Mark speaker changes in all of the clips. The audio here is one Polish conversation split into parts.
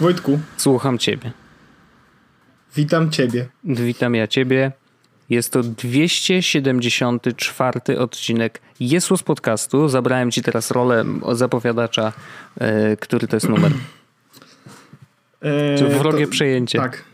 Speaker 1: Wojtku.
Speaker 2: Słucham ciebie.
Speaker 1: Witam ciebie.
Speaker 2: Witam ja ciebie. Jest to 274 odcinek Jesus Podcastu. Zabrałem ci teraz rolę zapowiadacza. Który to jest numer? Czy wrogie przejęcie?
Speaker 1: Tak.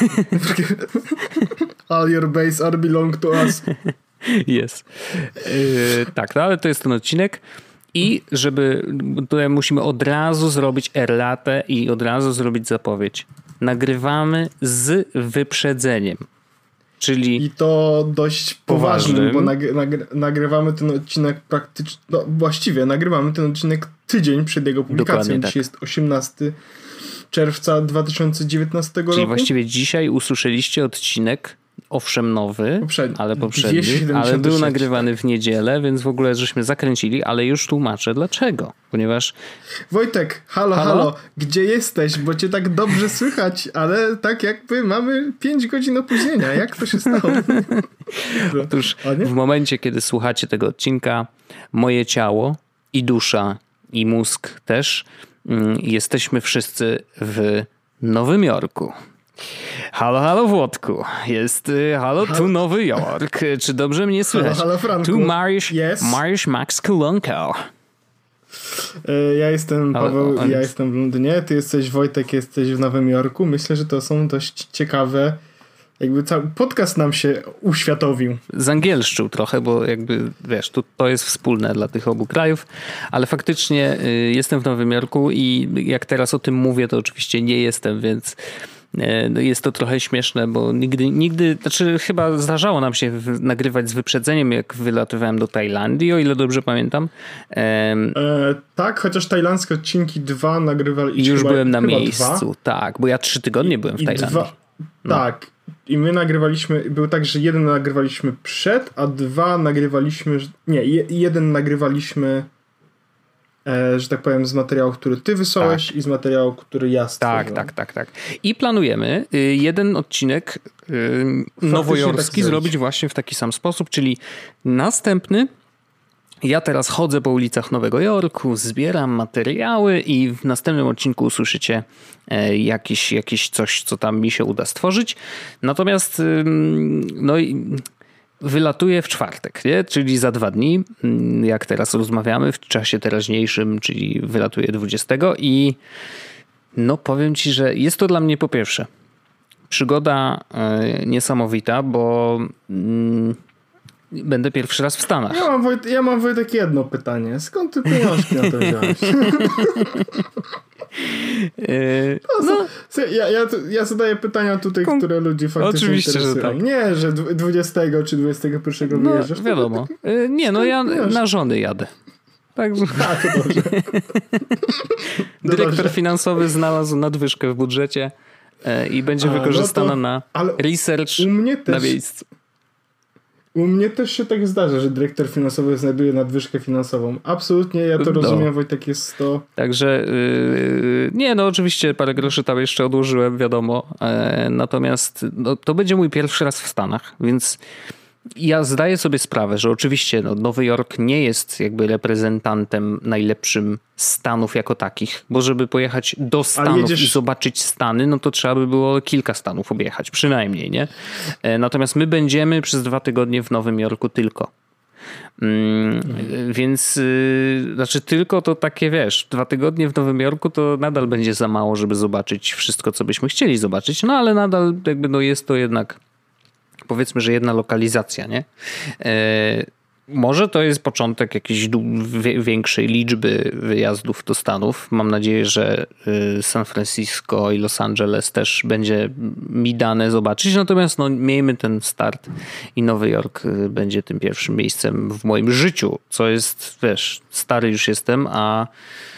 Speaker 1: All your base are belong to us.
Speaker 2: Jest. Tak, no, ale to jest ten odcinek. I żeby, tutaj musimy od razu zrobić erratę i od razu zrobić zapowiedź. Nagrywamy z wyprzedzeniem. Czyli
Speaker 1: i to dość poważnym, bo nagrywamy ten odcinek praktycznie, no właściwie nagrywamy ten odcinek tydzień przed jego publikacją. Dzisiaj jest 18 czerwca 2019 roku.
Speaker 2: Czyli właściwie dzisiaj usłyszeliście odcinek, owszem nowy, ale poprzedni, ale był nagrywany w niedzielę, więc w ogóle żeśmy zakręcili, ale już tłumaczę dlaczego. Ponieważ...
Speaker 1: Wojtek, halo, gdzie jesteś? Bo cię tak dobrze słychać, ale tak jakby mamy 5 godzin opóźnienia. Jak to się stało?
Speaker 2: Otóż w momencie, kiedy słuchacie tego odcinka, moje ciało i dusza i mózg też, jesteśmy wszyscy w Nowym Jorku. Halo Włodku. Jest halo, tu Nowy Jork. Czy dobrze mnie słychać?
Speaker 1: Halo Franku.
Speaker 2: Tu Mariusz Max Kolonko.
Speaker 1: Ja jestem Paweł, ja jestem w Londynie. Ty jesteś Wojtek, jesteś w Nowym Jorku. Myślę, że to są dość ciekawe. Jakby cały podcast nam się uświatowił.
Speaker 2: Zangielszczył trochę, bo jakby wiesz, to jest wspólne dla tych obu krajów, ale faktycznie jestem w Nowym Jorku i jak teraz o tym mówię, to oczywiście nie jestem, więc jest to trochę śmieszne, bo nigdy, znaczy chyba zdarzało nam się nagrywać z wyprzedzeniem, jak wylatywałem do Tajlandii, o ile dobrze pamiętam.
Speaker 1: Tak, chociaż tajlandzkie odcinki 2 nagrywali.
Speaker 2: I już byłem na miejscu, tak, bo ja 3 tygodnie byłem w Tajlandii.
Speaker 1: Tak, i my nagrywaliśmy, było tak, że jeden nagrywaliśmy przed, a 2 nagrywaliśmy, jeden nagrywaliśmy, że tak powiem, z materiału, który ty wysłałeś i z materiału, który ja stworzyłem.
Speaker 2: Tak. I planujemy jeden odcinek nowojorski tak zrobić właśnie w taki sam sposób, czyli następny. Ja teraz chodzę po ulicach Nowego Jorku, zbieram materiały i w następnym odcinku usłyszycie jakieś coś, co tam mi się uda stworzyć. Natomiast wylatuję w czwartek, nie? Czyli za 2 dni, jak teraz rozmawiamy w czasie teraźniejszym, czyli wylatuję 20 i no powiem ci, że jest to dla mnie po pierwsze przygoda niesamowita, bo będę pierwszy raz w Stanach.
Speaker 1: Ja mam Wojtek jedno pytanie. Skąd ty pieniążki na to wziąłeś? Ja zadaję pytania tutaj, które ludzi faktycznie
Speaker 2: oczywiście,
Speaker 1: interesują.
Speaker 2: Że tak.
Speaker 1: Nie, że 20 czy 21 wyjeżdżasz.
Speaker 2: Wiadomo. Nie, no ja na żony jadę. Także...
Speaker 1: to dobrze.
Speaker 2: Dyrektor finansowy znalazł nadwyżkę w budżecie i będzie wykorzystana na research na miejscu.
Speaker 1: U mnie też się tak zdarza, że dyrektor finansowy znajduje nadwyżkę finansową. Absolutnie, ja to rozumiem, Wojtek, jest to...
Speaker 2: Także, oczywiście parę groszy tam jeszcze odłożyłem, wiadomo. Natomiast to będzie mój pierwszy raz w Stanach, więc ja zdaję sobie sprawę, że oczywiście Nowy Jork nie jest jakby reprezentantem najlepszym Stanów jako takich, bo żeby pojechać do Stanów i zobaczyć Stany, no to trzeba by było kilka Stanów objechać, przynajmniej, nie? Natomiast my będziemy przez 2 tygodnie w Nowym Jorku tylko. Więc znaczy tylko to takie, wiesz, 2 tygodnie w Nowym Jorku to nadal będzie za mało, żeby zobaczyć wszystko, co byśmy chcieli zobaczyć, no ale nadal jakby jest to jednak, powiedzmy, że jedna lokalizacja, nie? Może to jest początek jakiejś większej liczby wyjazdów do Stanów. Mam nadzieję, że San Francisco i Los Angeles też będzie mi dane zobaczyć. Natomiast miejmy ten start i Nowy Jork będzie tym pierwszym miejscem w moim życiu, co jest, wiesz, stary już jestem, a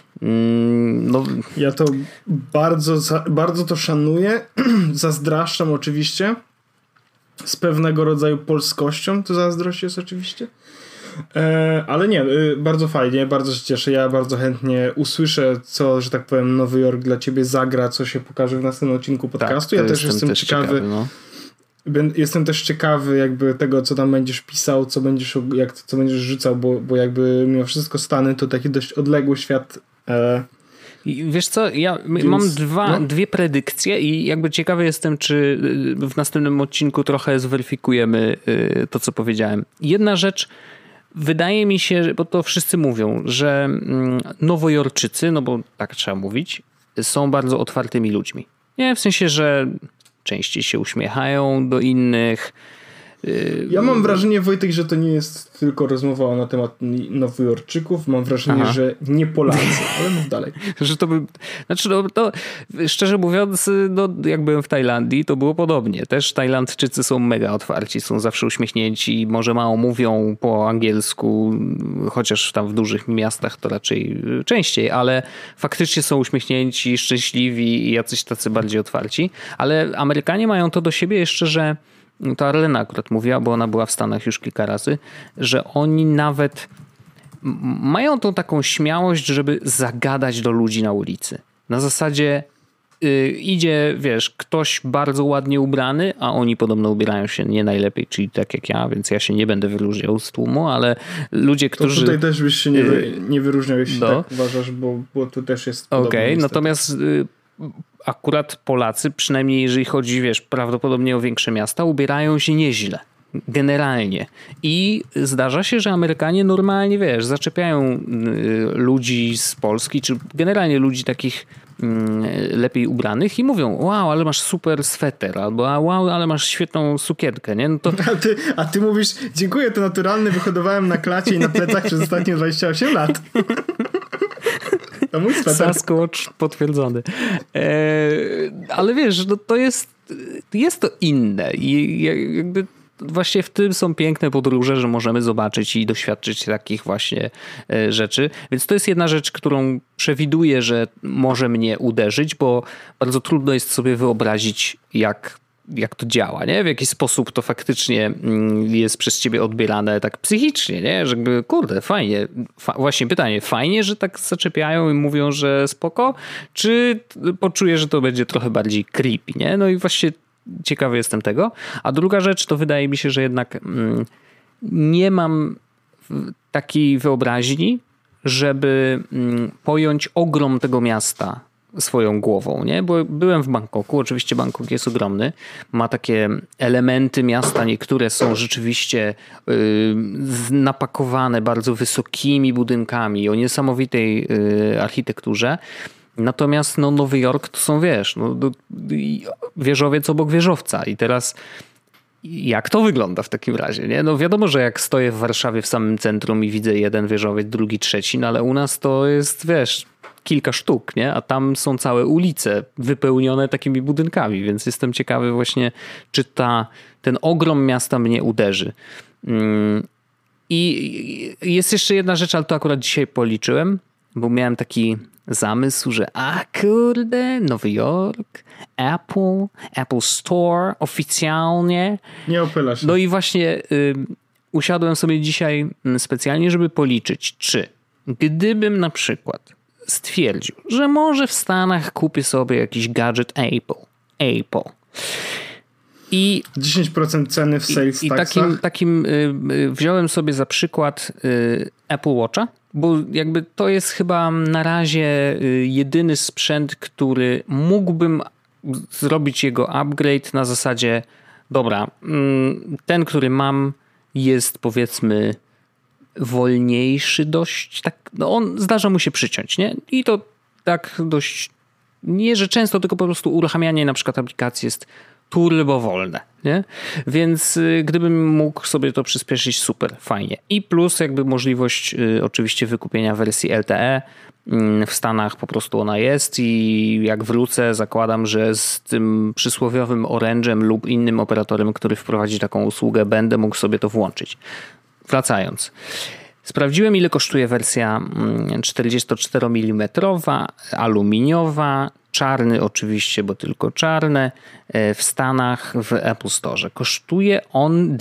Speaker 1: ja to bardzo to szanuję. Zazdraszczam oczywiście. Z pewnego rodzaju polskością to zazdrość jest oczywiście. Ale nie, bardzo fajnie, bardzo się cieszę. Ja bardzo chętnie usłyszę, co, że tak powiem, Nowy Jork dla ciebie zagra, co się pokaże w następnym odcinku podcastu. Ja też jestem ciekawy. Jestem też ciekawy jakby tego, co tam będziesz pisał, co będziesz rzucał, bo jakby mimo wszystko Stany to taki dość odległy świat
Speaker 2: I wiesz co, mam dwie predykcje i jakby ciekawy jestem, czy w następnym odcinku trochę zweryfikujemy to, co powiedziałem. Jedna rzecz, wydaje mi się, bo to wszyscy mówią, że Nowojorczycy, no bo tak trzeba mówić, są bardzo otwartymi ludźmi. Nie, w sensie, że częściej się uśmiechają do innych.
Speaker 1: Ja mam wrażenie, Wojtek, że to nie jest tylko rozmowa na temat Nowojorczyków. Mam wrażenie, że nie Polacy, ale mów dalej.
Speaker 2: Że to by, znaczy no, to szczerze mówiąc, no, jak byłem w Tajlandii, to było podobnie. Też Tajlandczycy są mega otwarci, są zawsze uśmiechnięci, może mało mówią po angielsku, chociaż tam w dużych miastach to raczej częściej, ale faktycznie są uśmiechnięci, szczęśliwi i jacyś tacy bardziej otwarci. Ale Amerykanie mają to do siebie jeszcze, że to Arlena akurat mówiła, bo ona była w Stanach już kilka razy, że oni nawet mają tą taką śmiałość, żeby zagadać do ludzi na ulicy. Na zasadzie idzie, wiesz, ktoś bardzo ładnie ubrany, a oni podobno ubierają się nie najlepiej, czyli tak jak ja, więc ja się nie będę wyróżniał z tłumu, ale ludzie, którzy...
Speaker 1: To tutaj też byś się nie wyróżniał, jeśli tak uważasz, bo tu też jest podobnie.
Speaker 2: Okej, natomiast akurat Polacy, przynajmniej jeżeli chodzi, wiesz, prawdopodobnie o większe miasta, ubierają się nieźle. Generalnie. I zdarza się, że Amerykanie normalnie, wiesz, zaczepiają ludzi z Polski, czy generalnie ludzi takich lepiej ubranych i mówią: wow, ale masz super sweter, albo wow, ale masz świetną sukienkę, nie? No to...
Speaker 1: a ty mówisz: dziękuję, to naturalny, wyhodowałem na klacie i na plecach przez ostatnie 28 lat. To mój sweter.
Speaker 2: Sasquatch potwierdzony. Ale wiesz, no to jest to inne i jakby właśnie w tym są piękne podróże, że możemy zobaczyć i doświadczyć takich właśnie rzeczy. Więc to jest jedna rzecz, którą przewiduję, że może mnie uderzyć, bo bardzo trudno jest sobie wyobrazić, jak to działa, nie? W jaki sposób to faktycznie jest przez ciebie odbierane tak psychicznie, nie? Że jakby, kurde, fajnie. Właśnie pytanie, fajnie, że tak zaczepiają i mówią, że spoko? Czy poczuję, że to będzie trochę bardziej creepy, nie? No i właśnie ciekawy jestem tego. A druga rzecz to wydaje mi się, że jednak nie mam takiej wyobraźni, żeby pojąć ogrom tego miasta swoją głową, nie? Bo byłem w Bangkoku, oczywiście Bangkok jest ogromny, ma takie elementy miasta, niektóre są rzeczywiście napakowane bardzo wysokimi budynkami o niesamowitej architekturze. Natomiast no, Nowy Jork to są, wiesz, wieżowiec obok wieżowca i teraz jak to wygląda w takim razie, nie? No wiadomo, że jak stoję w Warszawie w samym centrum i widzę jeden wieżowiec, drugi, trzeci, no ale u nas to jest, wiesz, kilka sztuk, nie? A tam są całe ulice wypełnione takimi budynkami, więc jestem ciekawy właśnie, czy ten ogrom miasta mnie uderzy. I jest jeszcze jedna rzecz, ale to akurat dzisiaj policzyłem, bo miałem taki zamysł, że kurde, Nowy Jork, Apple Store oficjalnie.
Speaker 1: Nie opylasz.
Speaker 2: No i właśnie usiadłem sobie dzisiaj specjalnie, żeby policzyć, czy gdybym na przykład stwierdził, że może w Stanach kupię sobie jakiś gadżet Apple. I
Speaker 1: 10% ceny w sales taxach.
Speaker 2: Takim wziąłem sobie za przykład Apple Watcha, bo jakby to jest chyba na razie jedyny sprzęt, który mógłbym zrobić jego upgrade na zasadzie: dobra, ten, który mam, jest powiedzmy wolniejszy dość, tak, no on zdarza mu się przyciąć, nie? I to tak dość, nie że często, tylko po prostu uruchamianie na przykład aplikacji jest turbowolne, nie? Więc gdybym mógł sobie to przyspieszyć, super, fajnie. I plus jakby możliwość oczywiście wykupienia wersji LTE. W Stanach po prostu ona jest i jak wrócę, zakładam, że z tym przysłowiowym Orange'em lub innym operatorem, który wprowadzi taką usługę, będę mógł sobie to włączyć. Wracając. Sprawdziłem, ile kosztuje wersja 44 mm aluminiowa, czarny oczywiście, bo tylko czarne, w Stanach w Apple Store. Kosztuje on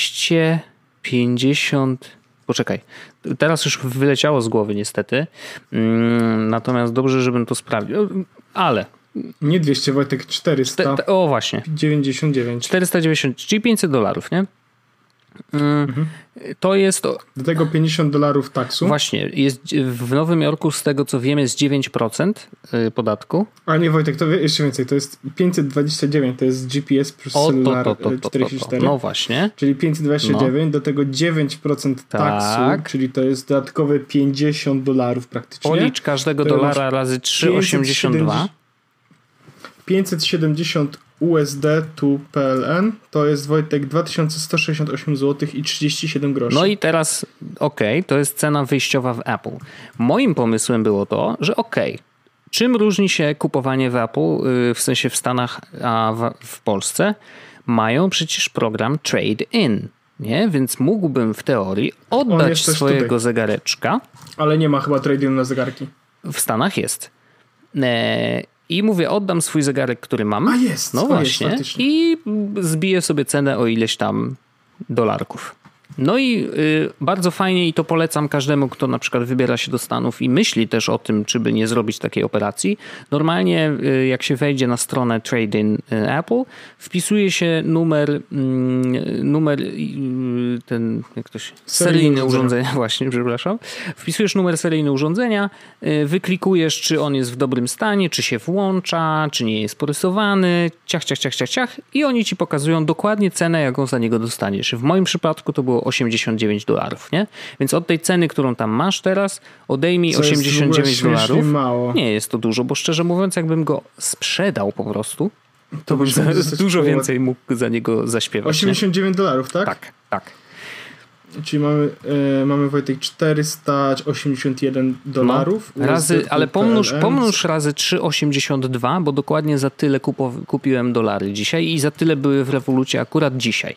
Speaker 2: 250... Poczekaj, teraz już wyleciało z głowy niestety, natomiast dobrze, żebym to sprawdził, ale...
Speaker 1: Nie 200, Wojtek, 400.
Speaker 2: O właśnie.
Speaker 1: 99.
Speaker 2: 490, czyli $500, nie? To jest...
Speaker 1: Do tego $50 taksu.
Speaker 2: Właśnie, jest w Nowym Jorku z tego co wiem jest 9% podatku.
Speaker 1: A nie Wojtek, to jeszcze więcej, to jest 529, to jest GPS plus celular 44.
Speaker 2: No właśnie.
Speaker 1: Czyli 529, do tego 9% taksu, czyli to jest dodatkowe $50 praktycznie.
Speaker 2: Policz każdego dolara razy 3,82.
Speaker 1: 570 USD to PLN to jest, Wojtek, 2168 zł i 37 groszy.
Speaker 2: No i teraz to jest cena wyjściowa w Apple. Moim pomysłem było to, że czym różni się kupowanie w Apple, w sensie w Stanach, a w Polsce? Mają przecież program Trade In, nie? Więc mógłbym w teorii oddać swojego zegareczka.
Speaker 1: Ale nie ma chyba Trade In na zegarki.
Speaker 2: W Stanach jest. I mówię, oddam swój zegarek, który mam.
Speaker 1: A jest.
Speaker 2: No właśnie. I zbiję sobie cenę o ileś tam dolarków. No i bardzo fajnie i to polecam każdemu, kto na przykład wybiera się do Stanów i myśli też o tym, czy by nie zrobić takiej operacji. Normalnie jak się wejdzie na stronę Trade In Apple, wpisuje się numer ten, jak to się... Seryjny urządzenia, właśnie, przepraszam. Wpisujesz numer seryjny urządzenia, wyklikujesz, czy on jest w dobrym stanie, czy się włącza, czy nie jest porysowany, ciach i oni ci pokazują dokładnie cenę, jaką za niego dostaniesz. W moim przypadku to było $89, nie? Więc od tej ceny, którą tam masz teraz, odejmij $89.
Speaker 1: Mało.
Speaker 2: Nie jest to dużo, bo szczerze mówiąc, jakbym go sprzedał po prostu, to bym dużo więcej mógł za niego zaśpiewać.
Speaker 1: $89, tak?
Speaker 2: Tak.
Speaker 1: Czyli mamy Wojtek $481.
Speaker 2: Ale pomnóż razy 3,82, bo dokładnie za tyle kupiłem dolary dzisiaj i za tyle były w Revolucie akurat dzisiaj.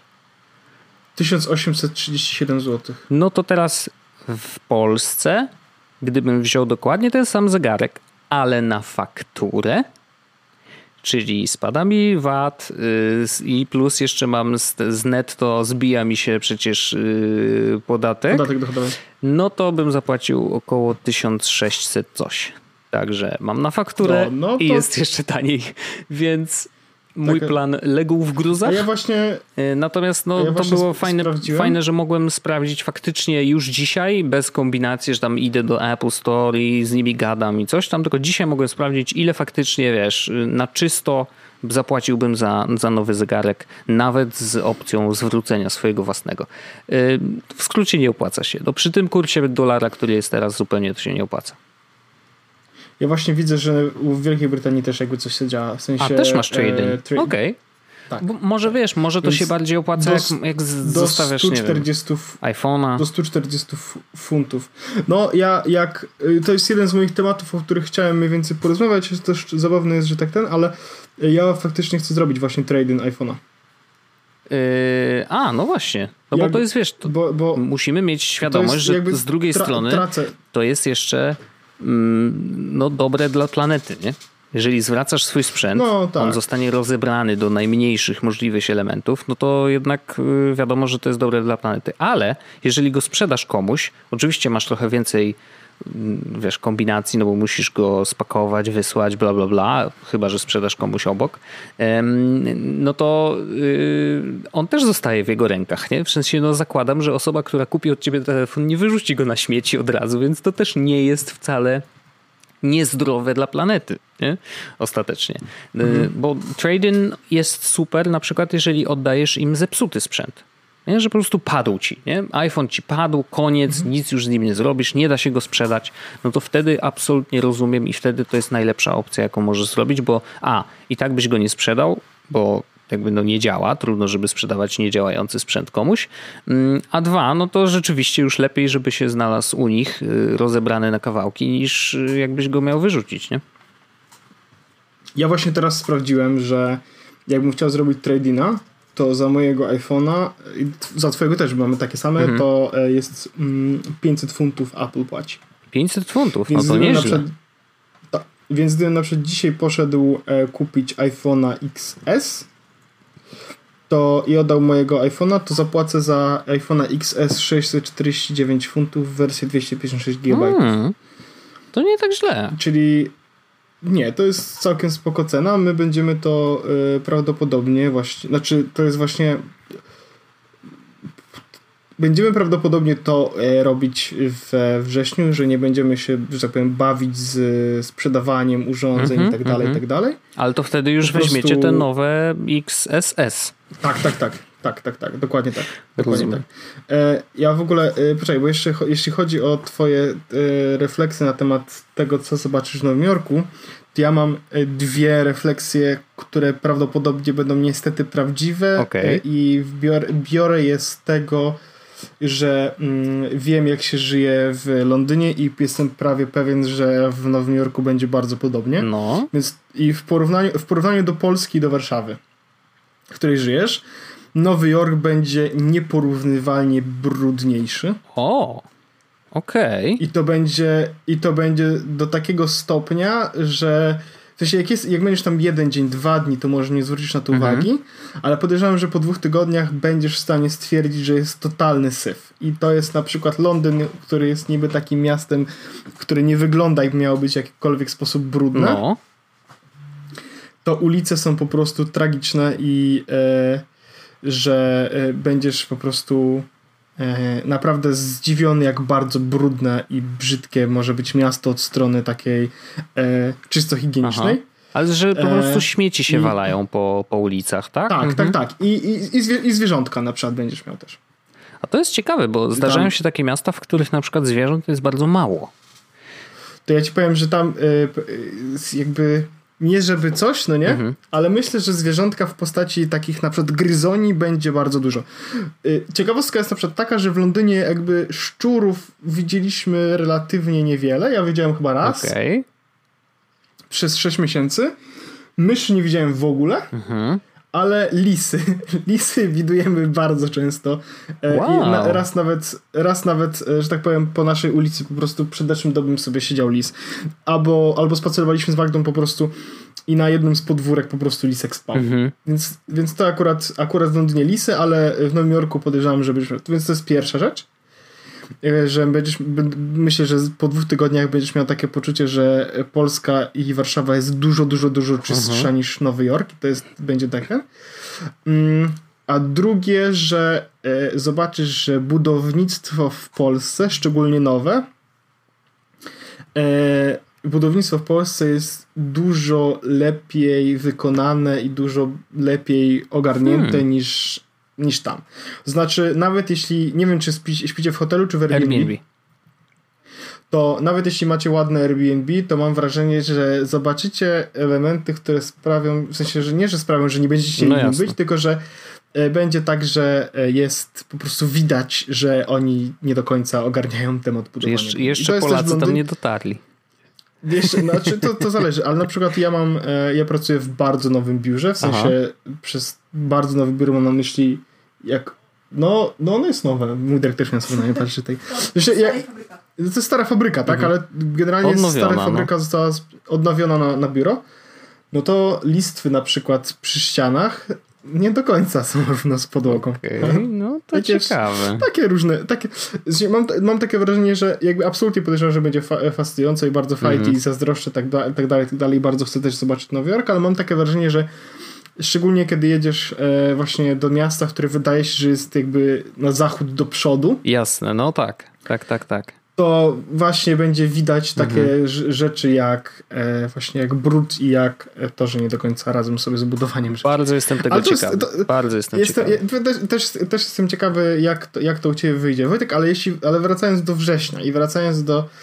Speaker 1: 1837 zł.
Speaker 2: No to teraz w Polsce, gdybym wziął dokładnie ten sam zegarek, ale na fakturę, czyli spada mi VAT i plus jeszcze mam z netto, zbija mi się przecież podatek.
Speaker 1: Podatek dochodowy.
Speaker 2: No to bym zapłacił około 1600 coś. Także mam na fakturę i jest jeszcze taniej, więc... Mój plan legł w gruzach.
Speaker 1: A ja właśnie...
Speaker 2: Natomiast to było fajne, że mogłem sprawdzić faktycznie już dzisiaj, bez kombinacji, że tam idę do Apple Store i z nimi gadam i coś tam, tylko dzisiaj mogłem sprawdzić, ile faktycznie, wiesz, na czysto zapłaciłbym za nowy zegarek, nawet z opcją zwrócenia swojego własnego. W skrócie nie opłaca się. Przy tym kursie dolara, który jest teraz, zupełnie to się nie opłaca.
Speaker 1: Ja właśnie widzę, że w Wielkiej Brytanii też jakby coś się działa. W sensie,
Speaker 2: też masz trading. Okej. Tak. Może wiesz, może to się bardziej opłaca, jak zostawiasz, nie wiem, iPhone'a.
Speaker 1: Do 140 funtów. No to jest jeden z moich tematów, o których chciałem mniej więcej porozmawiać. Też zabawne jest, że ale ja faktycznie chcę zrobić właśnie trade-in iPhone'a.
Speaker 2: No właśnie. Bo to jest, wiesz, bo musimy mieć świadomość, że z drugiej strony to jest jeszcze dobre dla planety, nie? Jeżeli zwracasz swój sprzęt, on zostanie rozebrany do najmniejszych możliwych elementów, no to jednak wiadomo, że to jest dobre dla planety. Ale jeżeli go sprzedasz komuś, oczywiście masz trochę więcej, wiesz, kombinacji, no bo musisz go spakować, wysłać, bla, bla, bla, chyba że sprzedasz komuś obok, no to on też zostaje w jego rękach, nie? W sensie, zakładam, że osoba, która kupi od ciebie telefon, nie wyrzuci go na śmieci od razu, więc to też nie jest wcale niezdrowe dla planety, nie? Ostatecznie. Bo trade-in jest super, na przykład jeżeli oddajesz im zepsuty sprzęt. Nie? Że po prostu padł ci. Nie? iPhone ci padł, koniec, nic już z nim nie zrobisz, nie da się go sprzedać. No to wtedy absolutnie rozumiem i wtedy to jest najlepsza opcja, jaką możesz zrobić, bo i tak byś go nie sprzedał, bo jakby nie działa, trudno, żeby sprzedawać niedziałający sprzęt komuś. A dwa, no to rzeczywiście już lepiej, żeby się znalazł u nich rozebrany na kawałki, niż jakbyś go miał wyrzucić, nie?
Speaker 1: Ja właśnie teraz sprawdziłem, że jakbym chciał zrobić trade-ina, to za mojego iPhone'a, za twojego też mamy takie same, to jest 500 funtów Apple płaci.
Speaker 2: 500 funtów? No to nieźle.
Speaker 1: Więc gdybym na przykład dzisiaj poszedł kupić iPhone'a XS i oddał mojego iPhone'a, to zapłacę za iPhone'a XS 649 funtów w wersji 256 GB.
Speaker 2: To nie tak źle.
Speaker 1: Czyli nie, to jest całkiem spoko cena. My będziemy to prawdopodobnie właśnie, to jest właśnie będziemy prawdopodobnie to robić we wrześniu, że nie będziemy się, że tak powiem, bawić z sprzedawaniem urządzeń i tak dalej, i tak dalej.
Speaker 2: Ale to wtedy już weźmiecie te nowe XSS.
Speaker 1: Tak, dokładnie tak. Dokładnie tak. Ja w ogóle, poczekaj, bo jeszcze jeśli chodzi o twoje refleksje na temat tego, co zobaczysz w Nowym Jorku, to ja mam dwie refleksje, które prawdopodobnie będą niestety prawdziwe i biorę je z tego, że wiem, jak się żyje w Londynie i jestem prawie pewien, że w Nowym Jorku będzie bardzo podobnie.
Speaker 2: No.
Speaker 1: Więc i w porównaniu do Polski i do Warszawy, w której żyjesz, Nowy Jork będzie nieporównywalnie brudniejszy.
Speaker 2: Okej.
Speaker 1: I to będzie do takiego stopnia, że w sensie jak będziesz tam 1 dzień, 2 dni, to może nie zwrócisz na to uwagi, ale podejrzewam, że po 2 tygodniach będziesz w stanie stwierdzić, że jest totalny syf. I to jest na przykład Londyn, który jest niby takim miastem, które nie wygląda, jakby miało być w jakikolwiek sposób brudne.
Speaker 2: No.
Speaker 1: To ulice są po prostu tragiczne i że będziesz po prostu naprawdę zdziwiony, jak bardzo brudne i brzydkie może być miasto od strony takiej czysto higienicznej.
Speaker 2: Ale że po prostu śmieci się walają po ulicach, tak?
Speaker 1: Tak. I zwierzątka na przykład będziesz miał też.
Speaker 2: A to jest ciekawe, bo zdarzają się takie miasta, w których na przykład zwierząt jest bardzo mało.
Speaker 1: To ja ci powiem, że tam jakby nie żeby coś, no nie? Ale myślę, że zwierzątka w postaci takich na przykład gryzoni będzie bardzo dużo. Ciekawostka jest na przykład taka, że w Londynie jakby szczurów widzieliśmy relatywnie niewiele. Ja widziałem chyba raz. Przez 6 miesięcy. Myszy nie widziałem w ogóle. Ale lisy widujemy bardzo często.
Speaker 2: Wow.
Speaker 1: I raz nawet, że tak powiem, po naszej ulicy po prostu przed naszym domem sobie siedział lis. Albo spacerowaliśmy z Magdą po prostu i na jednym z podwórek po prostu lisek spał. Więc to akurat w Londynie lisy, ale w Nowym Jorku podejrzewam, że więc to jest pierwsza rzecz. Że myślę, że po 2 tygodniach będziesz miał takie poczucie, że Polska i Warszawa jest dużo czystsza niż Nowy Jork. To będzie takie. A drugie, że zobaczysz, że budownictwo w Polsce, szczególnie nowe, budownictwo w Polsce jest dużo lepiej wykonane i dużo lepiej ogarnięte niż tam. Znaczy, nawet jeśli, nie wiem, czy śpicie w hotelu, czy w Airbnb, to nawet jeśli macie ładne Airbnb, to mam wrażenie, że zobaczycie elementy, które sprawią, w sensie, że nie, że sprawią, że nie będziecie chcieli być, tylko że będzie tak, że jest po prostu widać, że oni nie do końca ogarniają temat budowania.
Speaker 2: Jeszcze Polacy tam nie dotarli.
Speaker 1: Znaczy to zależy, ale na przykład ja pracuję w bardzo nowym biurze, w sensie przez bardzo nowe biuro mam na myśli no ono jest nowe, mój dyrektor finansowy na nie patrzy tej. To jest stara fabryka, tak, ale generalnie stara fabryka została odnowiona na biuro, no to listwy na przykład przy ścianach nie do końca są równo z podłogą.
Speaker 2: No to ciekawe.
Speaker 1: Takie różne. Mam takie wrażenie, że jakby absolutnie podejrzewam, że będzie fascynujące i bardzo fajnie i zazdroszczę tak dalej. Bardzo chcę też zobaczyć Nowy Jork, ale mam takie wrażenie, że szczególnie kiedy jedziesz właśnie do miasta, które wydaje się, że jest jakby na zachód do przodu.
Speaker 2: Jasne, no tak.
Speaker 1: To właśnie będzie widać takie rzeczy jak właśnie jak brud i jak to, że nie do końca razem sobie z budowaniem.
Speaker 2: Bardzo jestem tego ciekawy. Bardzo jestem ciekawy.
Speaker 1: Też jestem ciekawy, jak to u ciebie wyjdzie. Wojtek, ale wracając do września i wracając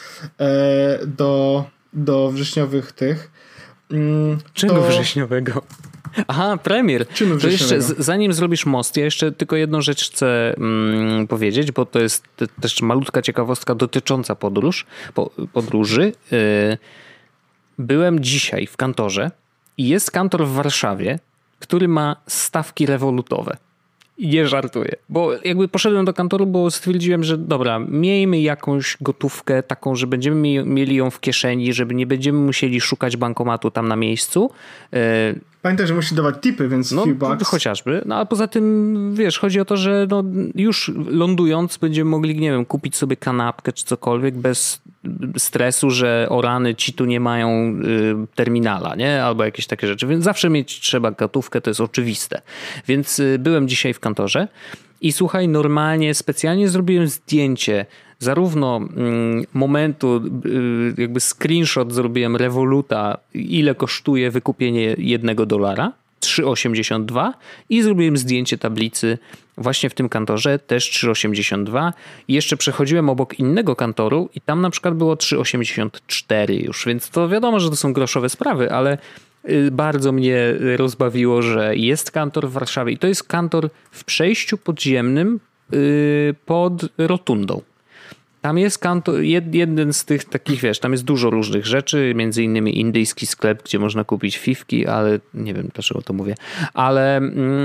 Speaker 1: do wrześniowych tych...
Speaker 2: Czynu wrześniowego. Aha, premier. To jeszcze zanim zrobisz most, ja jeszcze tylko jedną rzecz chcę powiedzieć, bo to jest też malutka ciekawostka dotycząca podróży. Byłem dzisiaj w kantorze i jest kantor w Warszawie, który ma stawki rewolutowe. I nie żartuję, bo jakby poszedłem do kantoru, bo stwierdziłem, że dobra, miejmy jakąś gotówkę taką, że będziemy mieli ją w kieszeni, żeby nie będziemy musieli szukać bankomatu tam na miejscu.
Speaker 1: Pamiętaj, że musisz dawać tipy, więc few bucks.
Speaker 2: Chociażby. No a poza tym, wiesz, chodzi o to, że już lądując będziemy mogli, nie wiem, kupić sobie kanapkę czy cokolwiek bez stresu, że o rany ci tu nie mają terminala, nie? Albo jakieś takie rzeczy. Więc zawsze mieć trzeba gotówkę, to jest oczywiste. Więc byłem dzisiaj w kantorze I słuchaj, normalnie specjalnie zrobiłem zdjęcie zarówno momentu, jakby screenshot zrobiłem Revoluta, ile kosztuje wykupienie $1, 3,82 i zrobiłem zdjęcie tablicy właśnie w tym kantorze, też 3,82 i jeszcze przechodziłem obok innego kantoru i tam na przykład było 3,84 już, więc to wiadomo, że to są groszowe sprawy, ale bardzo mnie rozbawiło, że jest kantor w Warszawie i to jest kantor w przejściu podziemnym pod rotundą. Tam jest kantor, jeden z tych takich, wiesz, tam jest dużo różnych rzeczy, między innymi indyjski sklep, gdzie można kupić fifki, ale nie wiem dlaczego to mówię, ale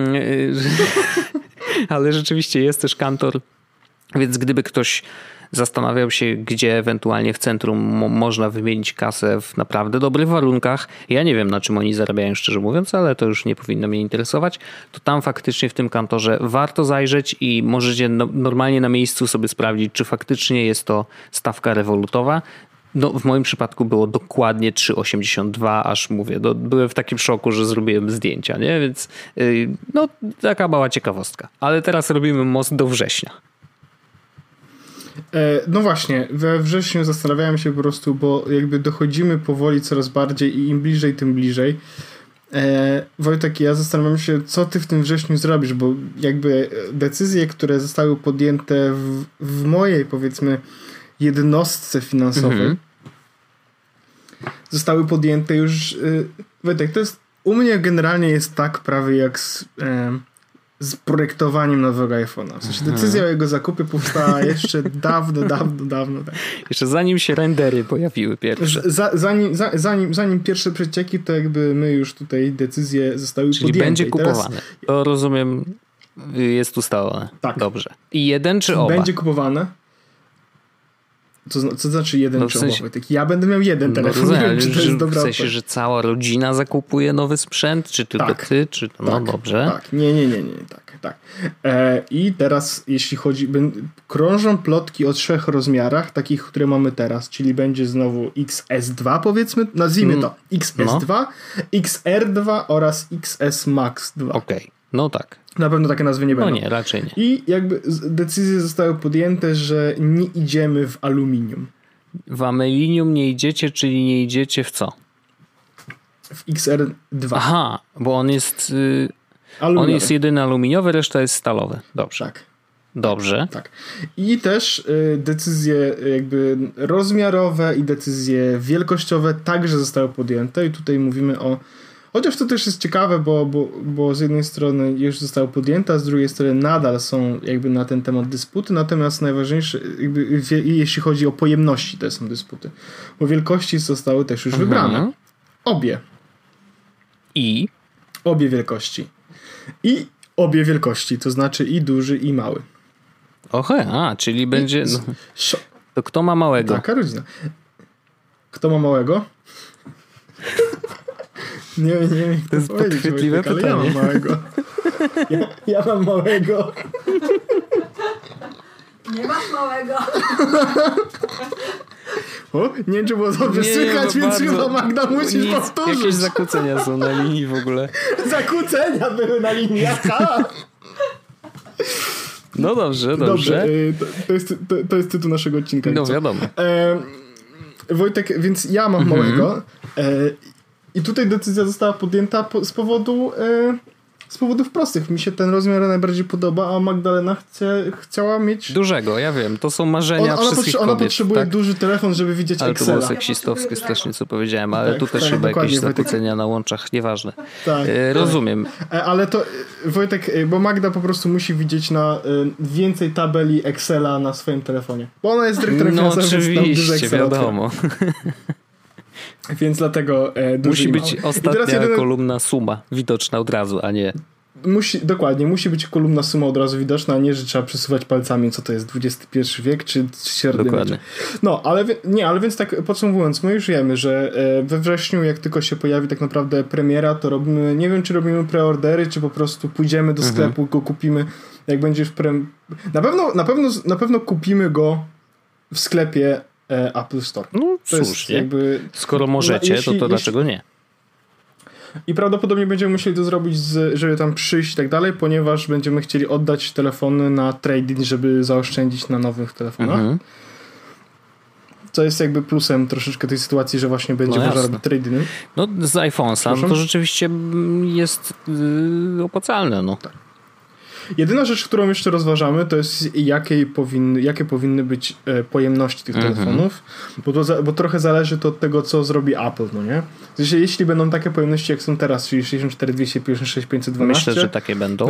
Speaker 2: ale rzeczywiście jest też kantor, więc gdyby ktoś zastanawiał się, gdzie ewentualnie w centrum można wymienić kasę w naprawdę dobrych warunkach. Ja nie wiem, na czym oni zarabiają, szczerze mówiąc, ale to już nie powinno mnie interesować. To tam faktycznie w tym kantorze warto zajrzeć i możecie normalnie na miejscu sobie sprawdzić, czy faktycznie jest to stawka rewolutowa. No, w moim przypadku było dokładnie 3,82, aż mówię, byłem w takim szoku, że zrobiłem zdjęcia, nie? Więc no, taka mała ciekawostka. Ale teraz robimy most do września.
Speaker 1: No właśnie, we wrześniu zastanawiałem się po prostu, bo jakby dochodzimy powoli coraz bardziej i im bliżej, tym bliżej. Wojtek, ja zastanawiam się, co ty w tym wrześniu zrobisz, bo jakby decyzje, które zostały podjęte w mojej, powiedzmy, jednostce finansowej, zostały podjęte już, Wojtek, to jest, u mnie generalnie jest tak prawie jak z projektowaniem nowego iPhone'a. W sensie decyzja o jego zakupie powstała jeszcze dawno. Tak.
Speaker 2: Jeszcze zanim się rendery pojawiły pierwsze.
Speaker 1: Zanim pierwsze przecieki, to jakby my już tutaj decyzje zostały podjęte. Czyli
Speaker 2: będzie kupowane. Teraz... To rozumiem, jest ustalone.
Speaker 1: Tak.
Speaker 2: Dobrze. I jeden czy oba?
Speaker 1: Będzie kupowane. Co znaczy jeden
Speaker 2: no,
Speaker 1: czy oba? Ja będę miał jeden telefon.
Speaker 2: No,
Speaker 1: nie wiem, czy to jest dobra
Speaker 2: w sensie, że cała rodzina zakupuje nowy sprzęt? Czy tylko ty? Czy... No
Speaker 1: tak,
Speaker 2: dobrze.
Speaker 1: Tak. Nie. Tak. I teraz jeśli chodzi... Krążą plotki o 3 rozmiarach, takich, które mamy teraz, czyli będzie znowu XS2 powiedzmy, nazwijmy to XS2, XR2 oraz XS Max 2.
Speaker 2: Okej. No tak.
Speaker 1: Na pewno takie nazwy nie będą.
Speaker 2: No nie, raczej nie.
Speaker 1: I jakby decyzje zostały podjęte, że nie idziemy w aluminium.
Speaker 2: W aluminium nie idziecie, czyli nie idziecie w co?
Speaker 1: W XR2.
Speaker 2: Aha, bo on jest... On jest jedyny aluminiowy, reszta jest stalowy. Dobrze.
Speaker 1: Tak.
Speaker 2: Dobrze.
Speaker 1: Tak. I też decyzje jakby rozmiarowe i decyzje wielkościowe także zostały podjęte i tutaj mówimy o... Chociaż to też jest ciekawe, bo z jednej strony już zostały podjęte, a z drugiej strony nadal są jakby na ten temat dysputy, natomiast najważniejsze jakby jeśli chodzi o pojemności, to są dysputy. Bo wielkości zostały też już wybrane. Obie.
Speaker 2: I?
Speaker 1: Obie wielkości. I obie wielkości, to znaczy i duży, i mały.
Speaker 2: Czyli będzie... To kto ma małego?
Speaker 1: Taka rodzina. Kto ma małego? Nie wiem,
Speaker 2: to jest podchwytliwe pytanie.
Speaker 1: Ale ja mam małego. Ja mam małego.
Speaker 3: Nie masz małego.
Speaker 1: O, nie wiem, czy było dobrze słychać, więc chyba Magda musisz powtórzyć.
Speaker 2: Jakieś zakłócenia są na linii w ogóle.
Speaker 1: Zakłócenia były na linii, jaka?
Speaker 2: No dobrze.
Speaker 1: To jest tytuł naszego odcinka.
Speaker 2: No wiadomo.
Speaker 1: Wojtek, więc ja mam małego. I tutaj decyzja została podjęta z powodów prostych. Mi się ten rozmiar najbardziej podoba, a Magdalena chciała mieć...
Speaker 2: Dużego, ja wiem. To są marzenia wszystkich kobiet.
Speaker 1: Ona potrzebuje duży telefon, żeby widzieć
Speaker 2: ale
Speaker 1: Excela.
Speaker 2: Ale to było seksistowskie strasznie, co powiedziałem, ale tu też chyba jakieś zakłócenia na łączach, nieważne.
Speaker 1: Tak,
Speaker 2: rozumiem.
Speaker 1: Ale to, Wojtek, bo Magda po prostu musi widzieć na więcej tabeli Excela na swoim telefonie. Bo ona jest dyrektorem finansowym,
Speaker 2: oczywiście, wiadomo.
Speaker 1: Więc dlatego
Speaker 2: musi być ostatnia kolumna suma widoczna od razu, a nie...
Speaker 1: Musi być kolumna suma od razu widoczna, a nie, że trzeba przesuwać palcami, co to jest, XXI wiek, czy średni.
Speaker 2: Dokładnie.
Speaker 1: No, ale więc tak podsumowując, my już wiemy, że we wrześniu, jak tylko się pojawi tak naprawdę premiera, to robimy, nie wiem, czy robimy preordery, czy po prostu pójdziemy do sklepu, go kupimy, jak będzie już na pewno kupimy go w sklepie Apple Store.
Speaker 2: No słusznie. Skoro możecie, to dlaczego nie?
Speaker 1: I prawdopodobnie będziemy musieli to zrobić, żeby tam przyjść i tak dalej, ponieważ będziemy chcieli oddać telefony na trading, żeby zaoszczędzić na nowych telefonach. Co jest jakby plusem troszeczkę tej sytuacji, że właśnie będzie można robić trading.
Speaker 2: No z iPhone'a to rzeczywiście jest opłacalne. No. Tak.
Speaker 1: Jedyna rzecz, którą jeszcze rozważamy, to jest jakie powinny być pojemności tych telefonów, bo trochę zależy to od tego, co zrobi Apple, no nie? Jeśli będą takie pojemności, jak są teraz, czyli 64, 256, 512,
Speaker 2: myślę, że takie będą.
Speaker 1: No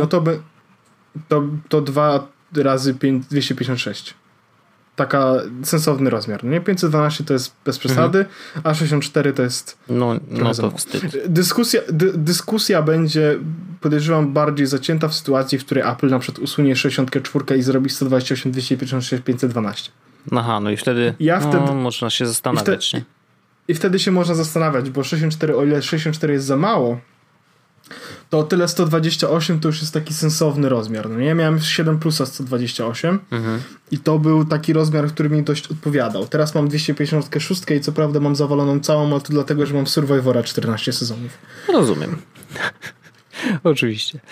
Speaker 1: to 2 razy 256. Taka sensowny rozmiar, nie? 512 to jest bez przesady, a 64 to jest...
Speaker 2: No to wstyd.
Speaker 1: Dyskusja będzie, podejrzewam, bardziej zacięta w sytuacji, w której Apple na przykład usunie 64 i zrobi 128, 256, 512.
Speaker 2: Aha, no i wtedy można się zastanawiać.
Speaker 1: I wtedy się można zastanawiać, bo 64, o ile 64 jest za mało, to o tyle 128 to już jest taki sensowny rozmiar. No nie? Ja miałem 7 plusa 128 i to był taki rozmiar, który mi dość odpowiadał. Teraz mam 256 i co prawda mam zawaloną całą, ale to dlatego, że mam Survivora 14 sezonów.
Speaker 2: Rozumiem. Oczywiście.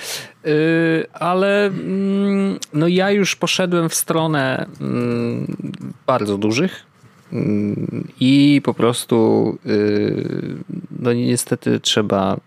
Speaker 2: Ale no ja już poszedłem w stronę bardzo dużych i po prostu no niestety trzeba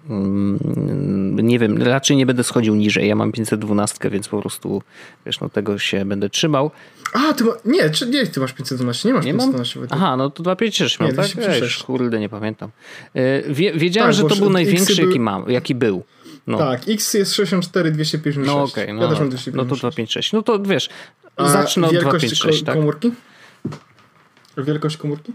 Speaker 2: nie wiem, raczej nie będę schodził niżej. Ja mam 512, więc po prostu wiesz, no tego się będę trzymał.
Speaker 1: A, ty masz 512, nie masz 512.
Speaker 2: Aha, no to 256 miał, tak?
Speaker 1: 256.
Speaker 2: Kurde, nie pamiętam. Wiedziałem, że to był największy, jaki był. No.
Speaker 1: Tak, X jest 64, 256.
Speaker 2: No okej,
Speaker 1: ja też mam 256.
Speaker 2: No to 256. No to wiesz, zacznę od 256, tak?
Speaker 1: Komórki? Wielkość komórki?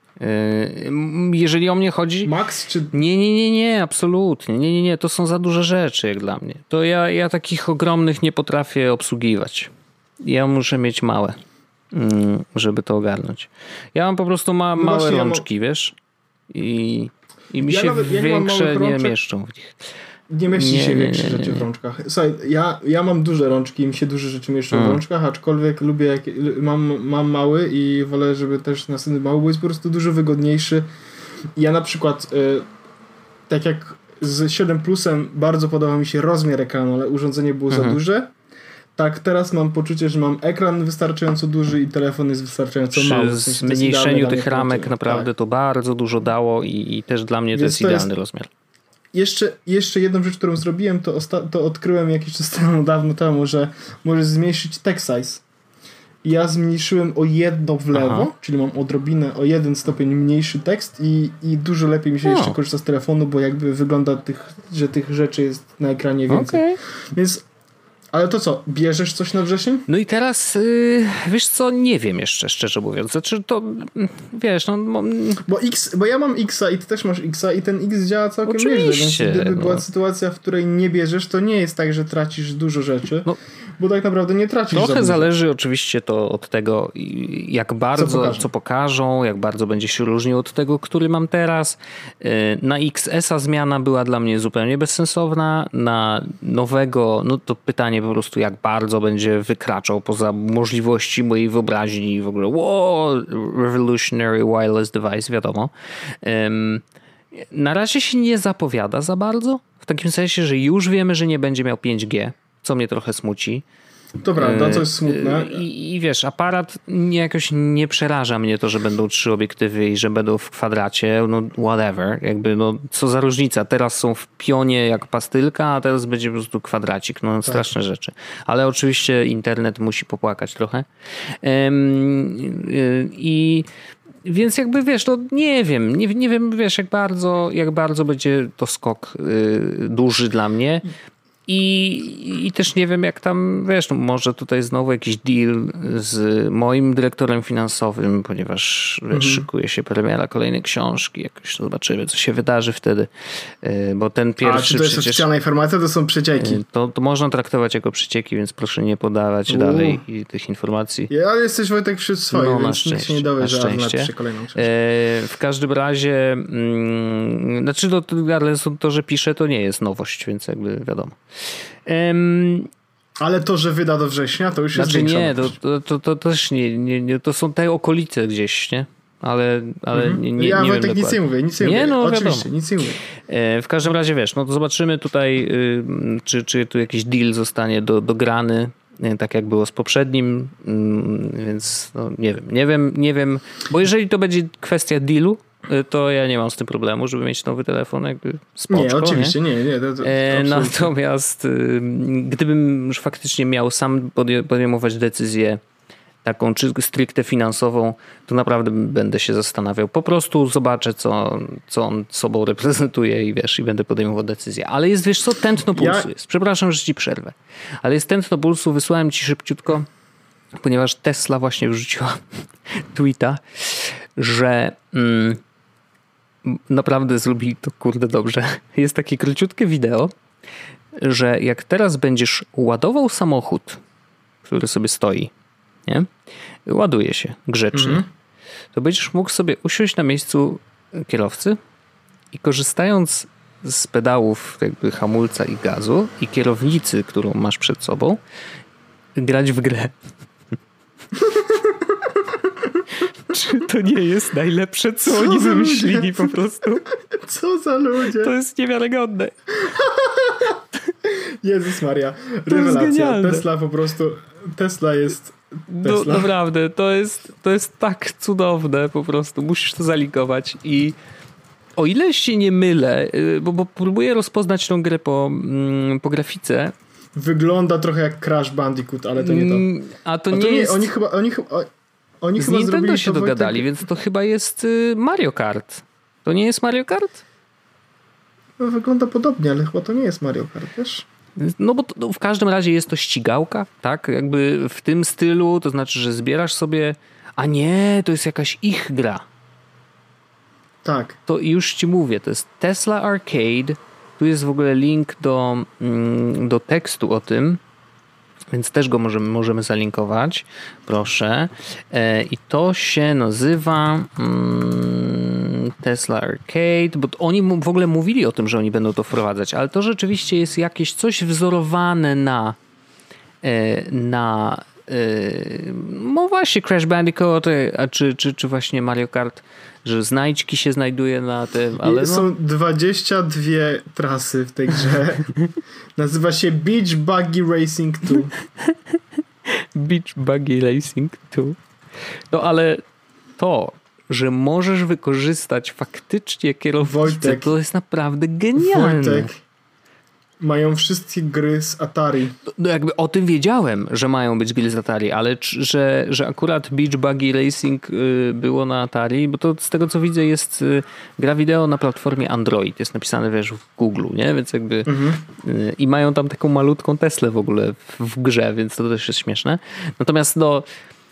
Speaker 2: Jeżeli o mnie chodzi...
Speaker 1: Max czy...
Speaker 2: Nie, absolutnie. Nie, to są za duże rzeczy jak dla mnie. To ja takich ogromnych nie potrafię obsługiwać. Ja muszę mieć małe, żeby to ogarnąć. Ja mam po prostu małe rączki, wiesz? I mi się większe nie mieszczą w nich.
Speaker 1: Nie mieści się większe rzeczy w rączkach. Słuchaj, ja mam duże rączki i mi się duże rzeczy mieszczą w rączkach, aczkolwiek lubię, mam mały i wolę, żeby też następny mały, bo jest po prostu dużo wygodniejszy. Ja na przykład, tak jak z 7 Plusem bardzo podoba mi się rozmiar ekranu, ale urządzenie było za duże, tak teraz mam poczucie, że mam ekran wystarczająco duży i telefon jest wystarczająco mały.
Speaker 2: Przy zmniejszeniu tych ramek naprawdę to bardzo dużo dało i też dla mnie to jest idealny rozmiar.
Speaker 1: Jeszcze jedną rzecz, którą zrobiłem, to odkryłem jakiś czas dawno temu, że możesz zmniejszyć text size. I ja zmniejszyłem o 1 w lewo, czyli mam odrobinę o 1 stopień mniejszy tekst i dużo lepiej mi się jeszcze korzysta z telefonu, bo jakby wygląda, że tych rzeczy jest na ekranie więcej. Więc ale to co, bierzesz coś na wrzesień?
Speaker 2: No i teraz, wiesz co, nie wiem jeszcze, szczerze mówiąc. Znaczy to, wiesz, no...
Speaker 1: Bo ja mam X-a i ty też masz X-a i ten X działa całkiem
Speaker 2: nieźle,
Speaker 1: więc gdyby była sytuacja, w której nie bierzesz, to nie jest tak, że tracisz dużo rzeczy, bo tak naprawdę nie tracisz.
Speaker 2: Trochę zależy oczywiście to od tego, jak bardzo, co pokażą, jak bardzo będzie się różnił od tego, który mam teraz. Na XS-a zmiana była dla mnie zupełnie bezsensowna. Na nowego, no to pytanie po prostu, jak bardzo będzie wykraczał poza możliwości mojej wyobraźni i w ogóle revolutionary wireless device, wiadomo. Na razie się nie zapowiada za bardzo, w takim sensie, że już wiemy, że nie będzie miał 5G, co mnie trochę smuci.
Speaker 1: To prawda, to jest smutne.
Speaker 2: I wiesz, aparat jakoś nie przeraża mnie to, że będą 3 obiektywy i że będą w kwadracie, no whatever, jakby no co za różnica, teraz są w pionie jak pastylka, a teraz będzie po prostu kwadracik, no straszne rzeczy. Ale oczywiście internet musi popłakać trochę. Więc jakby wiesz, no nie wiem wiesz jak bardzo będzie to skok duży dla mnie. I też nie wiem jak tam, wiesz, no może tutaj znowu jakiś deal z moim dyrektorem finansowym, ponieważ wiesz, szykuje się premiera kolejnej książki, jakoś zobaczymy co się wydarzy wtedy, bo ten pierwszy
Speaker 1: czy to jest oficjalna informacja, to są przecieki?
Speaker 2: To można traktować jako przecieki, więc proszę nie podawać dalej tych informacji.
Speaker 1: Ale jesteś Wojtek wśród swoich, więc nikt się nie dowie, że napisze kolejną książkę.
Speaker 2: W każdym razie znaczy to, że pisze, to nie jest nowość, więc jakby wiadomo.
Speaker 1: Ale to, że wyda do września, to już jest większa
Speaker 2: nie, to też nie, to są te okolice gdzieś, nie? ale nie
Speaker 1: ja
Speaker 2: wiem
Speaker 1: tak nic nie mówię,
Speaker 2: no,
Speaker 1: oczywiście,
Speaker 2: wiadomo.
Speaker 1: nic nie mówię.
Speaker 2: W każdym razie wiesz, no to zobaczymy tutaj, czy tu jakiś deal zostanie dograny, tak jak było z poprzednim, więc no, nie wiem, bo jeżeli to będzie kwestia dealu, to ja nie mam z tym problemu, żeby mieć nowy telefon, jakby spoczko.
Speaker 1: Nie, oczywiście, nie.
Speaker 2: Natomiast gdybym już faktycznie miał sam podejmować decyzję taką czy stricte finansową, to naprawdę będę się zastanawiał. Po prostu zobaczę, co on sobą reprezentuje i wiesz, i będę podejmował decyzję. Ale jest, wiesz co, tętno pulsu jest. Przepraszam, że ci przerwę. Ale jest tętno pulsu, wysłałem ci szybciutko, ponieważ Tesla właśnie wrzuciła tweeta, że naprawdę zrobili to kurde dobrze. Jest takie króciutkie wideo, że jak teraz będziesz ładował samochód, który sobie stoi, nie? Ładuje się grzecznie, to będziesz mógł sobie usiąść na miejscu kierowcy i korzystając z pedałów jakby hamulca i gazu i kierownicy, którą masz przed sobą, grać w grę. Czy to nie jest najlepsze, co oni wymyślili po prostu?
Speaker 1: Co za ludzie?
Speaker 2: To jest niewiarygodne.
Speaker 1: Jezus Maria, rewelacja. Tesla po prostu, Tesla jest Tesla.
Speaker 2: No, naprawdę, to jest tak cudowne po prostu. Musisz to zalinkować i o ile się nie mylę, bo próbuję rozpoznać tą grę po grafice.
Speaker 1: Wygląda trochę jak Crash Bandicoot, ale to nie to.
Speaker 2: A to nie jest...
Speaker 1: Oni
Speaker 2: z
Speaker 1: chyba
Speaker 2: Nintendo
Speaker 1: zrobili
Speaker 2: się dogadali, więc to chyba jest Mario Kart. To nie jest Mario Kart?
Speaker 1: No, wygląda podobnie, ale chyba to nie jest Mario Kart, wiesz?
Speaker 2: No bo w każdym razie jest to ścigałka, tak? Jakby w tym stylu, to znaczy, że zbierasz sobie... A nie, to jest jakaś ich gra.
Speaker 1: Tak.
Speaker 2: To już ci mówię, to jest Tesla Arcade. Tu jest w ogóle link do tekstu o tym, więc też go możemy zalinkować. Proszę. I to się nazywa Tesla Arcade, bo oni w ogóle mówili o tym, że oni będą to wprowadzać, ale to rzeczywiście jest jakieś coś wzorowane na no właśnie Crash Bandicoot, czy właśnie Mario Kart, że znajdźki się znajduje na tym, ale
Speaker 1: są 22 trasy w tej grze. Nazywa się Beach Buggy Racing 2.
Speaker 2: Beach Buggy Racing 2. No ale to, że możesz wykorzystać faktycznie kierownicę, to jest naprawdę genialne.
Speaker 1: Wojtek, mają wszystkie gry z Atari.
Speaker 2: No jakby o tym wiedziałem, że mają być gry z Atari, ale że akurat Beach Buggy Racing było na Atari, bo to z tego co widzę jest gra wideo na platformie Android. Jest napisane, wiesz, w Google, nie? Więc jakby i mają tam taką malutką Teslę w ogóle w grze, więc to też jest śmieszne. Natomiast no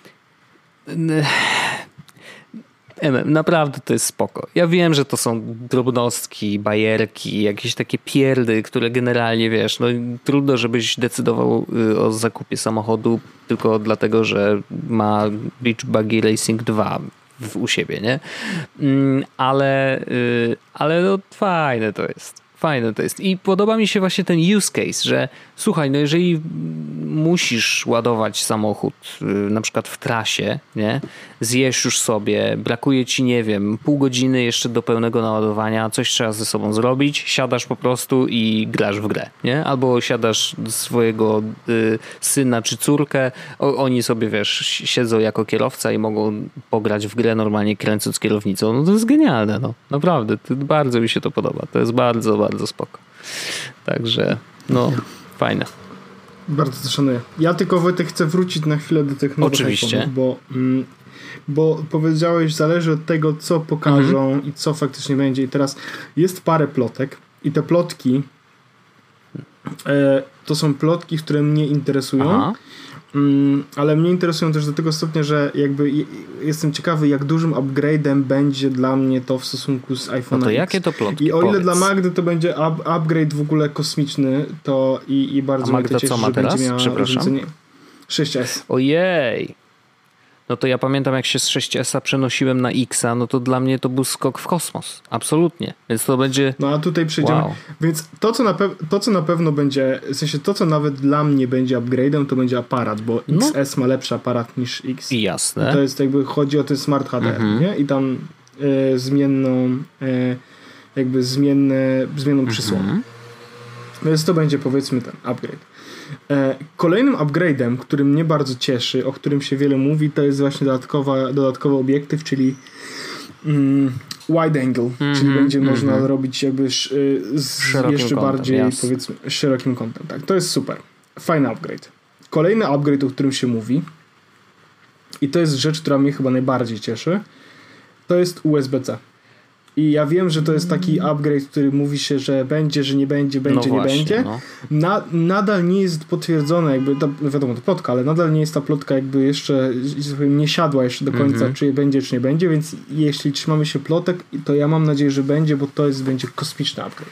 Speaker 2: naprawdę to jest spoko. Ja wiem, że to są drobnostki, bajerki, jakieś takie pierdy, które generalnie, wiesz, no trudno, żebyś decydował o zakupie samochodu tylko dlatego, że ma Beach Buggy Racing 2 u siebie, nie? Ale no fajne to jest. Fajne to jest. I podoba mi się właśnie ten use case, że słuchaj, no jeżeli musisz ładować samochód na przykład w trasie, nie? Zjesz już sobie, brakuje ci, nie wiem, pół godziny jeszcze do pełnego naładowania, coś trzeba ze sobą zrobić, siadasz po prostu i grasz w grę, nie? Albo siadasz swojego syna czy córkę, oni sobie, wiesz, siedzą jako kierowca i mogą pograć w grę normalnie kręcąc kierownicą. No to jest genialne, no. Naprawdę, bardzo mi się to podoba. To jest bardzo, bardzo spoko. Także, no, fajne.
Speaker 1: Bardzo to szanuję. Ja tylko, Wojtek, chcę wrócić na chwilę do tych nowych
Speaker 2: Oczywiście.
Speaker 1: iPhone'ów, bo powiedziałeś, zależy od tego, co pokażą i co faktycznie będzie. I teraz jest parę plotek i te plotki to są plotki, które mnie interesują. Ale mnie interesują też do tego stopnia, że jakby jestem ciekawy, jak dużym upgrade'em będzie dla mnie to w stosunku z iPhone'a.
Speaker 2: No to jakie to plotki?
Speaker 1: I o ile dla Magdy to będzie upgrade w ogóle kosmiczny, to i bardzo
Speaker 2: mnie to cieszy,
Speaker 1: co ma
Speaker 2: że
Speaker 1: teraz?
Speaker 2: Będzie miała
Speaker 1: 6S.
Speaker 2: Ojej. no to ja pamiętam jak się z 6S przenosiłem na X-a, no to dla mnie to był skok w kosmos. Absolutnie. Więc to będzie...
Speaker 1: No a tutaj przejdziemy.
Speaker 2: Wow.
Speaker 1: Więc to, co na pewno będzie, w sensie to, co nawet dla mnie będzie upgrade'em, to będzie aparat, bo XS ma lepszy aparat niż X.
Speaker 2: Jasne.
Speaker 1: I to jest jakby, chodzi o ten Smart HDR, nie? I tam zmienną przysłonę. Więc to będzie, powiedzmy, ten upgrade. Kolejnym upgrade'em, który mnie bardzo cieszy, o którym się wiele mówi, to jest właśnie dodatkowy obiektyw, czyli wide angle, czyli będzie można robić jakby z jeszcze
Speaker 2: kątem,
Speaker 1: bardziej, powiedzmy, szerokim kątem. Tak, to jest super. Fajny upgrade. Kolejny upgrade, o którym się mówi, i to jest rzecz, która mnie chyba najbardziej cieszy, to jest USB-C. I ja wiem, że to jest taki upgrade, który mówi się, że będzie, że nie będzie, będzie, nie będzie. Nadal nie jest potwierdzone, jakby, wiadomo, to plotka, ale nadal nie jest ta plotka jakby jeszcze, nie siadła jeszcze do końca, czy będzie, czy nie będzie, więc jeśli trzymamy się plotek, to ja mam nadzieję, że będzie, bo to będzie kosmiczny upgrade.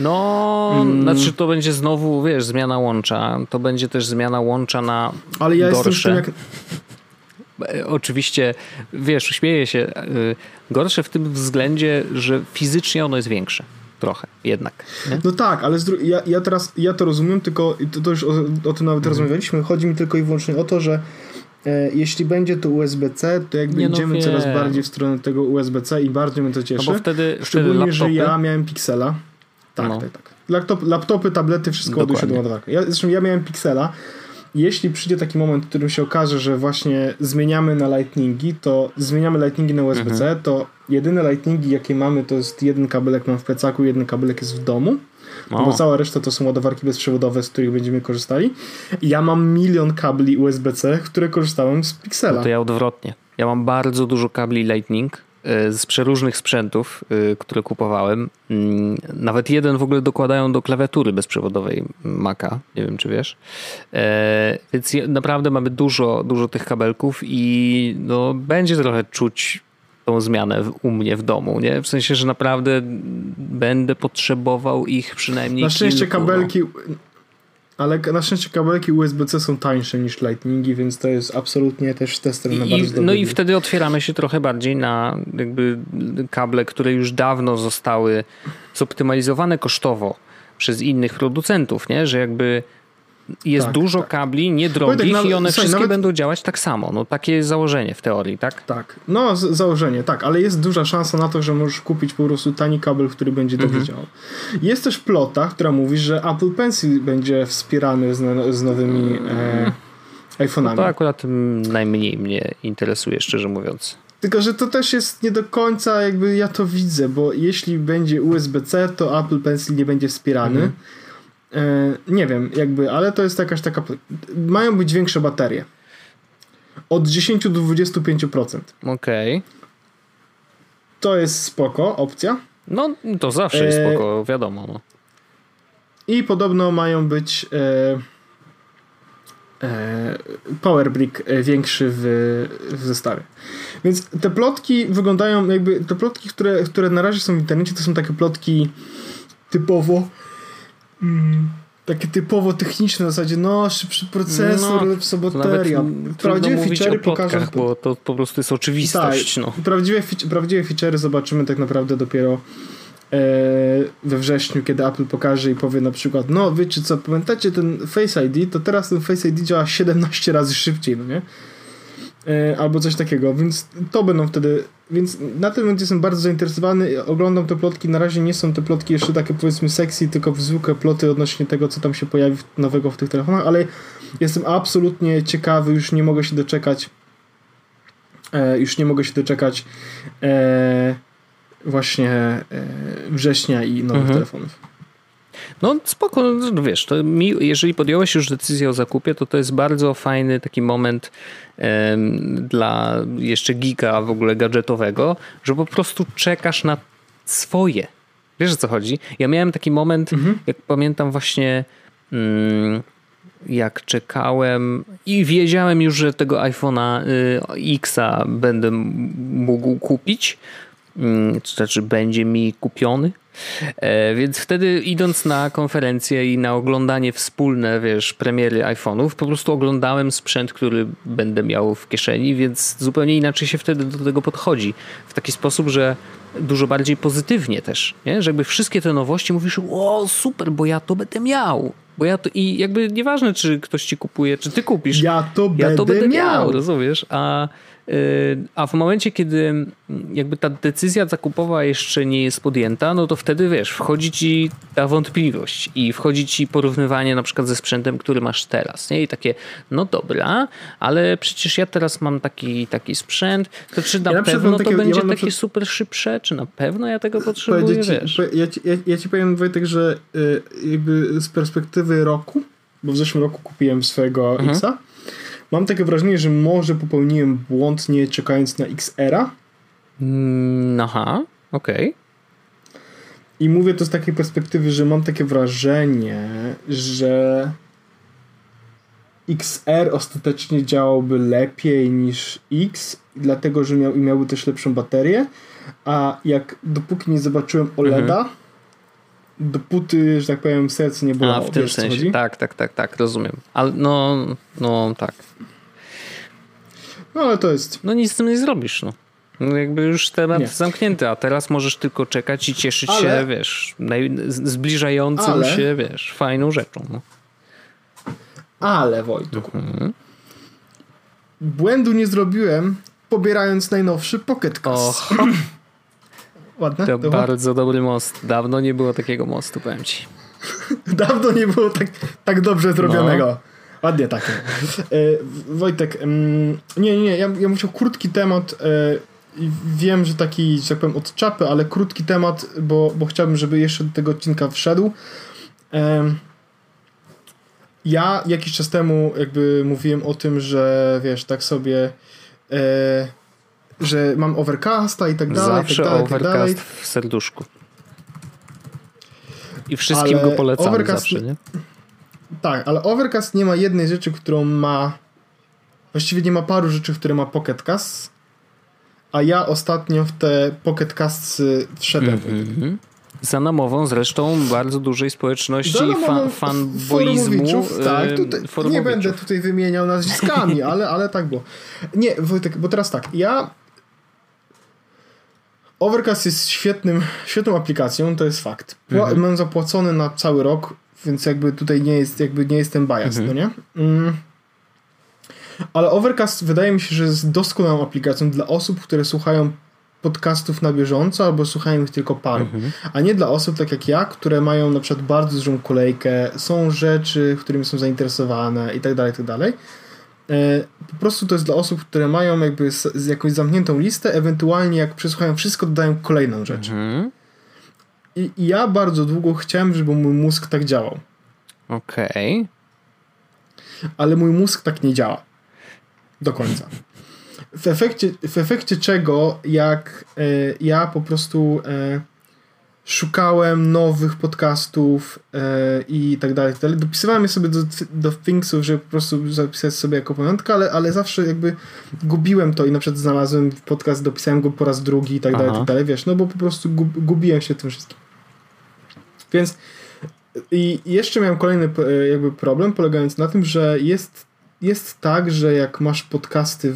Speaker 2: Znaczy to będzie znowu, wiesz, zmiana łącza. To będzie też zmiana łącza na
Speaker 1: ale ja
Speaker 2: gorsze.
Speaker 1: jestem w tym
Speaker 2: Oczywiście, wiesz, śmieję się. Gorsze w tym względzie, że fizycznie ono jest większe. Trochę, jednak. Nie?
Speaker 1: No tak, ale ja to rozumiem, tylko to już o tym nawet rozmawialiśmy. Chodzi mi tylko i wyłącznie o to, że jeśli będzie to USB-C, to jakby idziemy coraz bardziej w stronę tego USB-C i bardziej mnie to cieszy.
Speaker 2: No bo wtedy
Speaker 1: szczególnie,
Speaker 2: laptopy...
Speaker 1: że ja miałem Pixela. Tak. Laptopy, tablety, wszystko ładuje się do ładowarki. Zresztą ja miałem Pixela. Jeśli przyjdzie taki moment, w którym się okaże, że właśnie zmieniamy na Lightningi na USB-C, to jedyne Lightningi, jakie mamy, to jest jeden kabelek mam w plecaku, jeden kabelek jest w domu, bo cała reszta to są ładowarki bezprzewodowe, z których będziemy korzystali. I ja mam 1 000 000 kabli USB-C, które korzystałem z Pixela.
Speaker 2: No to ja odwrotnie. Ja mam bardzo dużo kabli Lightning z przeróżnych sprzętów, które kupowałem. Nawet jeden w ogóle dokładają do klawiatury bezprzewodowej Maca. Nie wiem, czy wiesz. Więc naprawdę mamy dużo tych kabelków i no, będzie trochę czuć tą zmianę u mnie w domu. Nie? W sensie, że naprawdę będę potrzebował ich przynajmniej
Speaker 1: na szczęście
Speaker 2: kilku.
Speaker 1: Ale na szczęście kabelki USB-C są tańsze niż Lightningi, więc to jest absolutnie też testerem na bardzo dobry.
Speaker 2: No i wtedy otwieramy się trochę bardziej na jakby kable, które już dawno zostały zoptymalizowane kosztowo przez innych producentów, nie? Że jakby jest dużo kabli niedrogich i one wszystkie będą działać tak samo. No takie jest założenie w teorii, tak?
Speaker 1: Tak, no założenie, tak, ale jest duża szansa na to, że możesz kupić po prostu tani kabel, który będzie dobrze działał. Jest też plota, która mówi, że Apple Pencil będzie wspierany z nowymi iPhone'ami.
Speaker 2: No to akurat najmniej mnie interesuje, szczerze mówiąc.
Speaker 1: Tylko, że to też jest nie do końca jakby ja to widzę, bo jeśli będzie USB-C, to Apple Pencil nie będzie wspierany. Nie wiem, jakby, ale to jest jakaś taka... Mają być większe baterie. Od 10 do 25%.
Speaker 2: Okej.
Speaker 1: To jest spoko, opcja.
Speaker 2: No, to zawsze jest spoko, wiadomo. No.
Speaker 1: I podobno mają być power brick większy w zestawie. Więc te plotki wyglądają jakby... Te plotki, które na razie są w internecie, to są takie plotki typowo... takie typowo techniczne w zasadzie, szybszy procesor, lepsza bateria.
Speaker 2: Prawdziwe feature'y pokażą, bo to po prostu jest oczywistość.
Speaker 1: Tak, prawdziwe feature'y zobaczymy tak naprawdę dopiero we wrześniu, kiedy Apple pokaże i powie na przykład, wiecie co, pamiętacie ten Face ID, to teraz ten Face ID działa 17 razy szybciej, no nie? Albo coś takiego, więc to będą wtedy, więc na tym momencie jestem bardzo zainteresowany, oglądam te plotki, na razie nie są te plotki jeszcze takie powiedzmy sexy, tylko zwykłe ploty odnośnie tego, co tam się pojawi nowego w tych telefonach, ale jestem absolutnie ciekawy, już nie mogę się doczekać właśnie września i nowych telefonów.
Speaker 2: No spoko, wiesz, to jeżeli podjąłeś już decyzję o zakupie, to jest bardzo fajny taki moment dla jeszcze geeka w ogóle gadżetowego, że po prostu czekasz na swoje. Wiesz, o co chodzi? Ja miałem taki moment, jak pamiętam właśnie jak czekałem i wiedziałem już, że tego iPhone'a X'a będę mógł kupić, to znaczy będzie mi kupiony Więc wtedy idąc na konferencję i na oglądanie wspólne, wiesz, premiery iPhone'ów, po prostu oglądałem sprzęt, który będę miał w kieszeni, więc zupełnie inaczej się wtedy do tego podchodzi. W taki sposób, że dużo bardziej pozytywnie też, nie? Że jakby wszystkie te nowości mówisz, o super, bo ja to będę miał. Bo ja to, i jakby nieważne, czy ktoś ci kupuje, czy ty kupisz.
Speaker 1: Ja to będę miał.
Speaker 2: Rozumiesz? A w momencie, kiedy jakby ta decyzja zakupowa jeszcze nie jest podjęta, no to wtedy, wiesz, wchodzi ci ta wątpliwość i wchodzi ci porównywanie na przykład ze sprzętem, który masz teraz, nie? I takie, no dobra, ale przecież ja teraz mam taki sprzęt, to czy na pewno to będzie takie super szybsze? Czy na pewno ja tego potrzebuję, wiesz?
Speaker 1: Ja ci powiem, Wojtek, że jakby z perspektywy roku, bo w zeszłym roku kupiłem swojego X-a, mam takie wrażenie, że może popełniłem błąd nie czekając na XR-a.
Speaker 2: Aha, okej.
Speaker 1: I mówię to z takiej perspektywy, że mam takie wrażenie, że XR ostatecznie działałby lepiej niż X, dlatego, że miałby też lepszą baterię, a dopóki nie zobaczyłem OLED-a, dopóty, że tak powiem, serce nie bolało.
Speaker 2: A, w tym sensie, tak, rozumiem. Ale no tak.
Speaker 1: No ale to jest...
Speaker 2: No nic z tym nie zrobisz, no. No jakby już temat zamknięty, a teraz możesz tylko czekać i cieszyć się, wiesz, zbliżającą się, wiesz, fajną rzeczą. No.
Speaker 1: Ale, Wojtku, błędu nie zrobiłem, pobierając najnowszy Pocket Cast. Ładne?
Speaker 2: To bardzo dobry most. Dawno nie było takiego mostu, powiem ci.
Speaker 1: Dawno nie było tak dobrze zrobionego. No. Ładnie takie. Wojtek, ja musiał krótki temat. Wiem, że taki, że tak powiem, od czapy, ale krótki temat, bo chciałbym, żeby jeszcze do tego odcinka wszedł. Ja jakiś czas temu jakby mówiłem o tym, że wiesz, tak sobie że mam Overcasta i tak dalej.
Speaker 2: Zawsze Overcast w serduszku. I wszystkim go polecamy Overcast zawsze, nie?
Speaker 1: Tak, ale Overcast nie ma jednej rzeczy, którą ma... Właściwie nie ma paru rzeczy, które ma Pocket Cast, a ja ostatnio w te Pocket Castsy wszedłem.
Speaker 2: Za namową zresztą bardzo dużej społeczności fanboizmu.
Speaker 1: Tak, nie będę tutaj wymieniał nazwiskami, ale tak było. Nie, Wojtek, bo teraz tak, Overcast jest świetną aplikacją, to jest fakt. Mam zapłacony na cały rok, więc jakby tutaj nie jest ten bias, no nie? Ale Overcast wydaje mi się, że jest doskonałą aplikacją dla osób, które słuchają podcastów na bieżąco albo słuchają ich tylko paru, a nie dla osób tak jak ja, które mają na przykład bardzo dużą kolejkę, są rzeczy, którymi są zainteresowane i tak dalej. Po prostu to jest dla osób, które mają jakby jakąś zamkniętą listę, ewentualnie jak przesłuchają wszystko, dodają kolejną rzecz. I ja bardzo długo chciałem, żeby mój mózg tak działał.
Speaker 2: Okej.
Speaker 1: Ale mój mózg tak nie działa. Do końca. W efekcie czego, jak ja po prostu szukałem nowych podcastów i tak dalej, dopisywałem je sobie do Thingsów, żeby po prostu zapisać sobie jako pamiątkę, ale zawsze jakby gubiłem to i na przykład znalazłem podcast, dopisałem go po raz drugi i tak dalej, wiesz, no bo po prostu gubiłem się tym wszystkim. Więc i jeszcze miałem kolejny jakby problem polegający na tym, że jest tak, że jak masz podcasty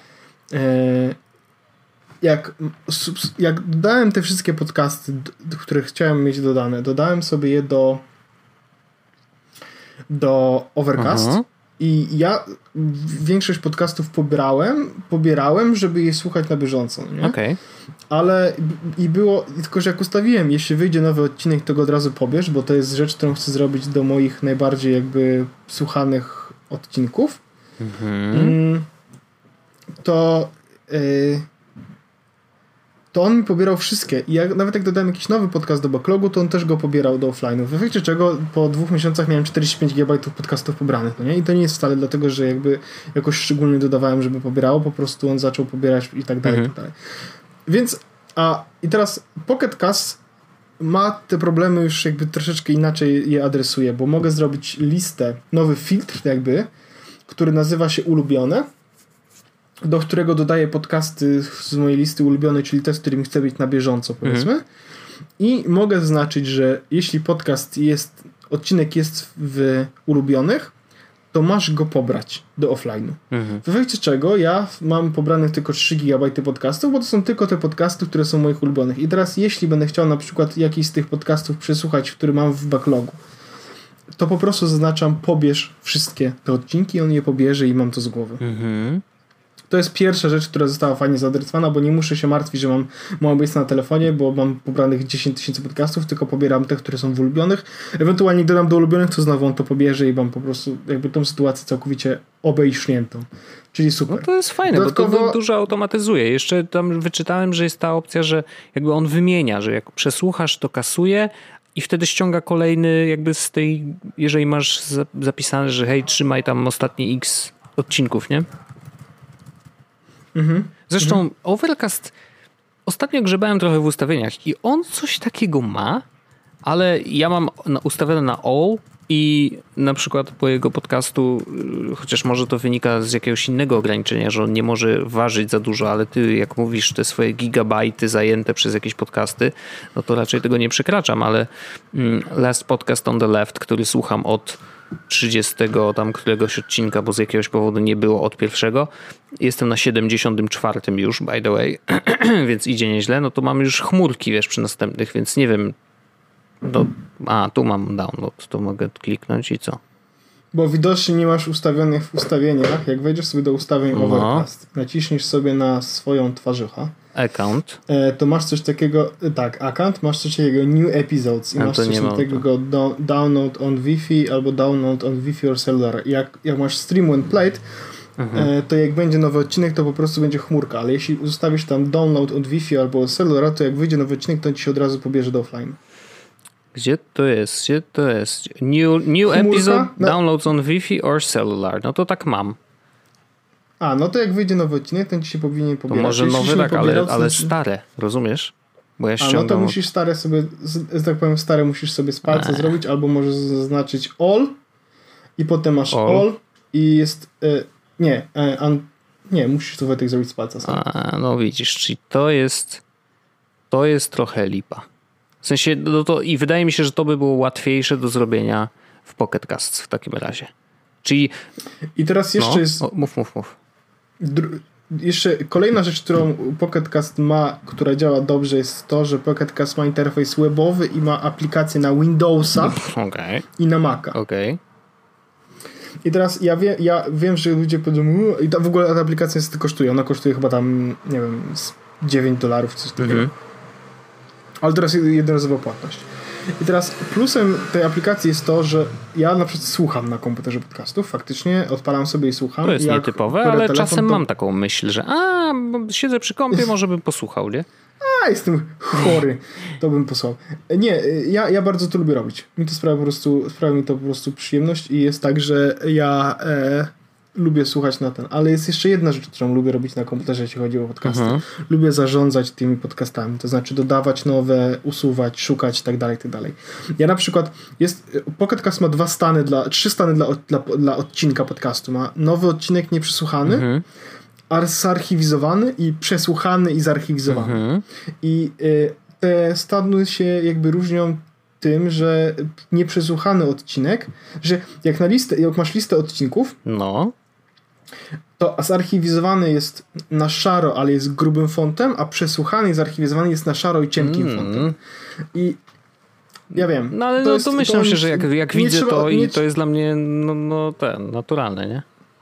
Speaker 1: jak dodałem te wszystkie podcasty, które chciałem mieć dodałem sobie je do Overcast i ja większość podcastów pobierałem, żeby je słuchać na bieżąco, nie?
Speaker 2: Okay.
Speaker 1: Ale tylko że jak ustawiłem, jeśli wyjdzie nowy odcinek, to go od razu pobierz, bo to jest rzecz, którą chcę zrobić do moich najbardziej jakby słuchanych odcinków, to on mi pobierał wszystkie i nawet jak dodałem jakiś nowy podcast do backlogu, to on też go pobierał do offline'u. W efekcie czego po 2 miesiącach miałem 45 GB podcastów pobranych, no nie? I to nie jest wcale dlatego, że jakby jakoś szczególnie dodawałem, żeby pobierało, po prostu on zaczął pobierać i tak dalej, i tak dalej. Więc, i teraz Pocket Cast ma te problemy już jakby troszeczkę inaczej je adresuje, bo mogę zrobić listę, nowy filtr jakby, który nazywa się ulubione, do którego dodaję podcasty z mojej listy ulubionej, czyli te, z którymi chcę być na bieżąco, powiedzmy. I mogę zaznaczyć, że jeśli odcinek jest w ulubionych, to masz go pobrać do offline'u. W efekcie czego ja mam pobranych tylko 3 GB podcastów, bo to są tylko te podcasty, które są moich ulubionych. I teraz jeśli będę chciał na przykład jakiś z tych podcastów przesłuchać, który mam w backlogu, to po prostu zaznaczam pobierz wszystkie te odcinki, on je pobierze i mam to z głowy. To jest pierwsza rzecz, która została fajnie zaadresowana, bo nie muszę się martwić, że mam mało miejsca na telefonie, bo mam pobranych 10 000 podcastów, tylko pobieram te, które są w ulubionych. Ewentualnie dodam do ulubionych, to znowu on to pobierze i mam po prostu jakby tą sytuację całkowicie obejśniętą. Czyli super.
Speaker 2: No to jest fajne, bo to dużo automatyzuje. Jeszcze tam wyczytałem, że jest ta opcja, że jakby on wymienia, że jak przesłuchasz, to kasuje i wtedy ściąga kolejny jakby z tej, jeżeli masz zapisane, że hej, trzymaj tam ostatnie X odcinków, nie? Zresztą Overcast ostatnio grzebałem trochę w ustawieniach i on coś takiego ma, ale ja mam ustawione na all i na przykład po jego podcastu, chociaż może to wynika z jakiegoś innego ograniczenia, że on nie może ważyć za dużo, ale ty jak mówisz te swoje gigabajty zajęte przez jakieś podcasty, no to raczej tego nie przekraczam, ale Last Podcast on the Left, który słucham od 30 tam któregoś odcinka, bo z jakiegoś powodu nie było od pierwszego. Jestem na 74 już, by the way, więc idzie nieźle. No to mam już chmurki, wiesz, przy następnych, więc nie wiem. Tu mam download, to mogę kliknąć i co?
Speaker 1: Bo widocznie nie masz ustawionych w ustawieniach. Jak wejdziesz sobie do ustawień Overcast, naciśniesz sobie na swoją twarzycha.
Speaker 2: Account.
Speaker 1: To masz coś takiego, account, masz coś takiego New Episodes i masz coś takiego download on Wi-Fi albo download on Wi-Fi or cellular. Jak masz stream when played, to jak będzie nowy odcinek, to po prostu będzie chmurka, ale jeśli zostawisz tam download on Wi-Fi albo cellular, to jak wyjdzie nowy odcinek, to ci się od razu pobierze do offline.
Speaker 2: Gdzie to jest? New episode, downloads on Wi-Fi or cellular. No to tak mam.
Speaker 1: No to jak wyjdzie nowy odcinek, ten ci się powinien pobierać.
Speaker 2: To może nowy tak, ale stare, rozumiesz? Bo ja ściągam...
Speaker 1: No to musisz stare sobie, tak powiem, stare musisz sobie z palca zrobić, albo możesz zaznaczyć all i potem masz all i jest... nie, musisz to Wojtek zrobić z palca sam.
Speaker 2: No widzisz, czyli to jest trochę lipa. W sensie, i wydaje mi się, że to by było łatwiejsze do zrobienia w Pocket Casts w takim razie. Czyli...
Speaker 1: I teraz jeszcze jest...
Speaker 2: Mów.
Speaker 1: Jeszcze kolejna rzecz, którą Pocket Cast ma, która działa dobrze, jest to, że Pocket Cast ma interfejs webowy i ma aplikację na Windowsa i na Maca. I teraz ja wiem, że ludzie powiedzą, i w ogóle ta aplikacja niestety kosztuje. Ona kosztuje chyba tam, nie wiem, $9, coś takiego. Ale teraz jednorazowa płatność. I teraz plusem tej aplikacji jest to, że ja na przykład słucham na komputerze podcastów, faktycznie odpalam sobie i słucham.
Speaker 2: To jest nietypowe, ale czasem mam taką myśl, że siedzę przy kompie, może bym posłuchał, nie?
Speaker 1: Jestem chory, to bym posłał. Nie, ja bardzo to lubię robić. Mi to sprawia mi to po prostu przyjemność i jest tak, że ja lubię słuchać na ten. Ale jest jeszcze jedna rzecz, którą lubię robić na komputerze, jeśli chodzi o podcasty. Lubię zarządzać tymi podcastami, to znaczy dodawać nowe, usuwać, szukać itd. Ja na przykład Pocket Cast ma 3 stany dla odcinka podcastu. Ma nowy odcinek nieprzesłuchany, zarchiwizowany i przesłuchany i zarchiwizowany. I te stany się jakby różnią tym, że nieprzesłuchany odcinek, że jak masz listę odcinków, to zarchiwizowany jest na szaro, ale jest grubym fontem, a przesłuchany i zarchiwizowany jest na szaro i cienkim fontem. I ja wiem.
Speaker 2: No ale to myślę się, że jak widzę to i to jest dla mnie naturalne, nie?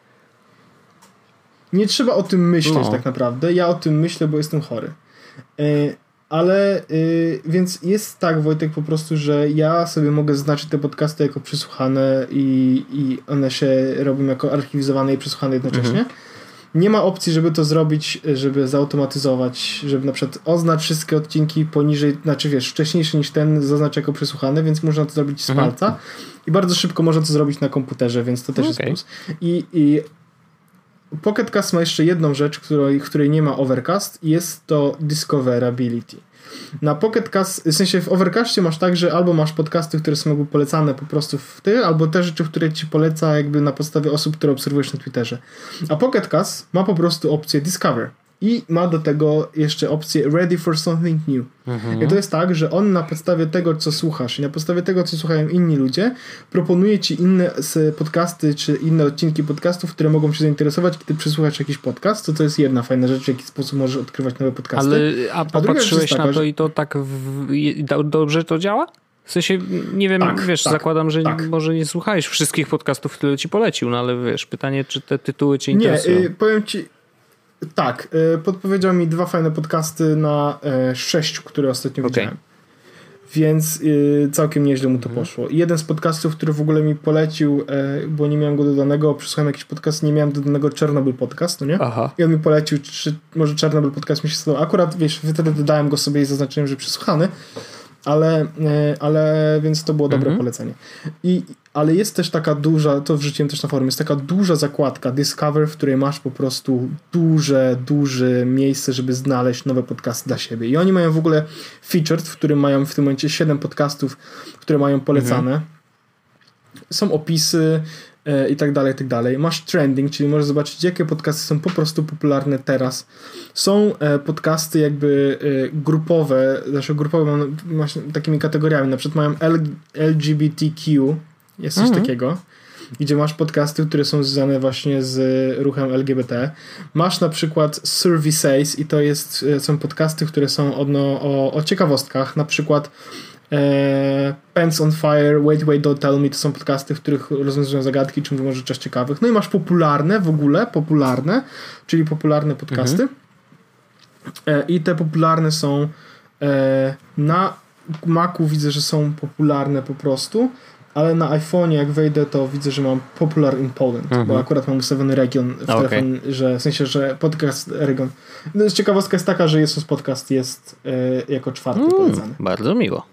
Speaker 1: Nie trzeba o tym myśleć tak naprawdę. Ja o tym myślę, bo jestem chory. Ale więc jest tak, Wojtek, po prostu, że ja sobie mogę zaznaczyć te podcasty jako przesłuchane i one się robią jako archiwizowane i przesłuchane jednocześnie. Nie ma opcji, żeby to zrobić, żeby zautomatyzować, żeby na przykład oznacz wszystkie odcinki poniżej, wcześniejszy niż ten zaznacz jako przesłuchane, więc można to zrobić z palca i bardzo szybko można to zrobić na komputerze, więc to też jest plus. I Pocket Cast ma jeszcze jedną rzecz, której nie ma Overcast i jest to discoverability. Na Pocket Cast, w sensie w Overcastie masz tak, że albo masz podcasty, które są jakby polecane po prostu albo te rzeczy, które ci poleca jakby na podstawie osób, które obserwujesz na Twitterze. A Pocket Cast ma po prostu opcję Discover. i ma do tego jeszcze opcję Ready for Something New. I to jest tak, że on na podstawie tego, co słuchasz i na podstawie tego, co słuchają inni ludzie, proponuje ci inne podcasty czy inne odcinki podcastów, które mogą cię zainteresować, kiedy przesłuchasz jakiś podcast. To jest jedna fajna rzecz, w jaki sposób możesz odkrywać nowe podcasty.
Speaker 2: A popatrzyłeś na to i to tak dobrze to działa? W sensie, nie wiem, zakładam, że może nie słuchałeś wszystkich podcastów, które ci polecił, no ale wiesz, pytanie, czy te tytuły cię interesują?
Speaker 1: Nie, powiem ci, tak, podpowiedział mi 2 fajne podcasty na 6, które ostatnio widziałem. Więc całkiem nieźle mu to poszło. I jeden z podcastów, który w ogóle mi polecił, bo nie miałem go dodanego, przesłuchałem jakiś podcast, nie miałem dodanego Chernobyl podcast, no nie?
Speaker 2: Aha.
Speaker 1: I on mi polecił, czy może Chernobyl podcast mi się spodobał. Akurat, wiesz, wtedy dodałem go sobie i zaznaczyłem, że przesłuchany. Ale więc to było dobre polecenie. Ale jest też taka duża, to wrzuciłem też na forum, jest taka duża zakładka Discover, w której masz po prostu duże miejsce, żeby znaleźć nowe podcasty dla siebie. I oni mają w ogóle featured, w którym mają w tym momencie 7 podcastów, które mają polecane. Są opisy i tak dalej, i tak dalej. Masz trending, czyli możesz zobaczyć, jakie podcasty są po prostu popularne teraz. Są podcasty jakby grupowe, masz takimi kategoriami, na przykład mają LGBTQ, jest coś takiego, gdzie masz podcasty, które są związane właśnie z ruchem LGBT. Masz na przykład Surveys i to są podcasty, które są o ciekawostkach, na przykład Pants on Fire, Wait, Don't Tell Me, to są podcasty, w których rozwiązują zagadki, czy mówią o rzeczach ciekawych. No i masz popularne, czyli popularne podcasty. I te popularne są na Macu widzę, że są popularne po prostu, ale na iPhone'ie jak wejdę, to widzę, że mam Popular in Poland, bo akurat mam ustawiony region w telefon, że w sensie, że podcast region. No, ciekawostka jest taka, że Jesus Podcast jest jako 4. polecany.
Speaker 2: Bardzo miło.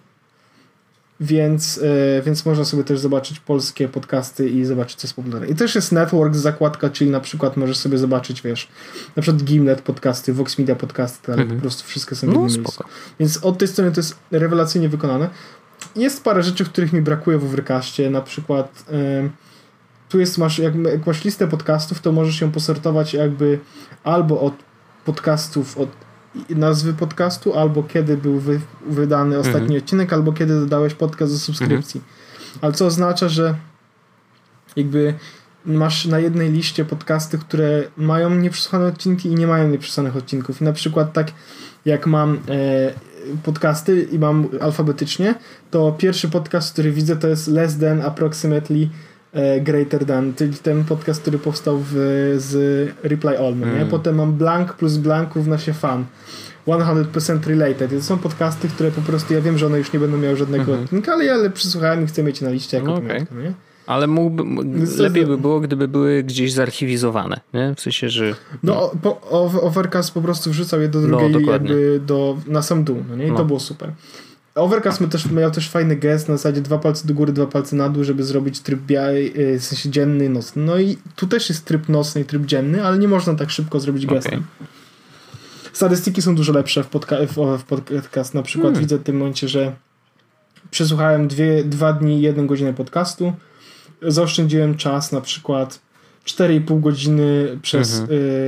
Speaker 1: Więc można sobie też zobaczyć polskie podcasty i zobaczyć, co jest popularne. I też jest Network zakładka, czyli na przykład możesz sobie zobaczyć, wiesz, na przykład Gimlet podcasty, Vox Media podcasty, ale po prostu wszystkie są w jednym miejscu. Więc od tej strony to jest rewelacyjnie wykonane. Jest parę rzeczy, których mi brakuje w Overcastie, na przykład tu jak masz listę podcastów, to możesz ją posortować jakby albo od podcastów, od nazwy podcastu, albo kiedy był wydany ostatni odcinek, albo kiedy dodałeś podcast do subskrypcji. Ale co oznacza, że jakby masz na jednej liście podcasty, które mają nieprzesłane odcinki i nie mają nieprzesłanych odcinków. I na przykład tak jak mam podcasty i mam alfabetycznie, to pierwszy podcast, który widzę, to jest Less Than, Approximately, Greater Than, czyli ten podcast, który powstał z Reply All, nie? Potem mam Blank plus Blank równa się Fan, 100% Related. To są podcasty, które po prostu, ja wiem, że one już nie będą miały żadnego odcinka, ale przysłuchałem i chcę mieć je na liście jako pamiątkę, nie?
Speaker 2: Ale lepiej by było, gdyby były gdzieś zarchiwizowane, nie? W sensie, że...
Speaker 1: Overcast po prostu wrzucał je do drugiej jakby na sam dół, no nie? I to było super. Overcast miał też fajny gest na zasadzie 2 palce do góry, 2 palce na dół, żeby zrobić tryb w sensie dzienny, nocny. No i tu też jest tryb nocny i tryb dzienny, ale nie można tak szybko zrobić gestem. Statystyki są dużo lepsze w podcast. Na przykład widzę w tym momencie, że przesłuchałem 2 dni, 1 godzinę podcastu. Zaoszczędziłem czas, na przykład 4,5 godziny przez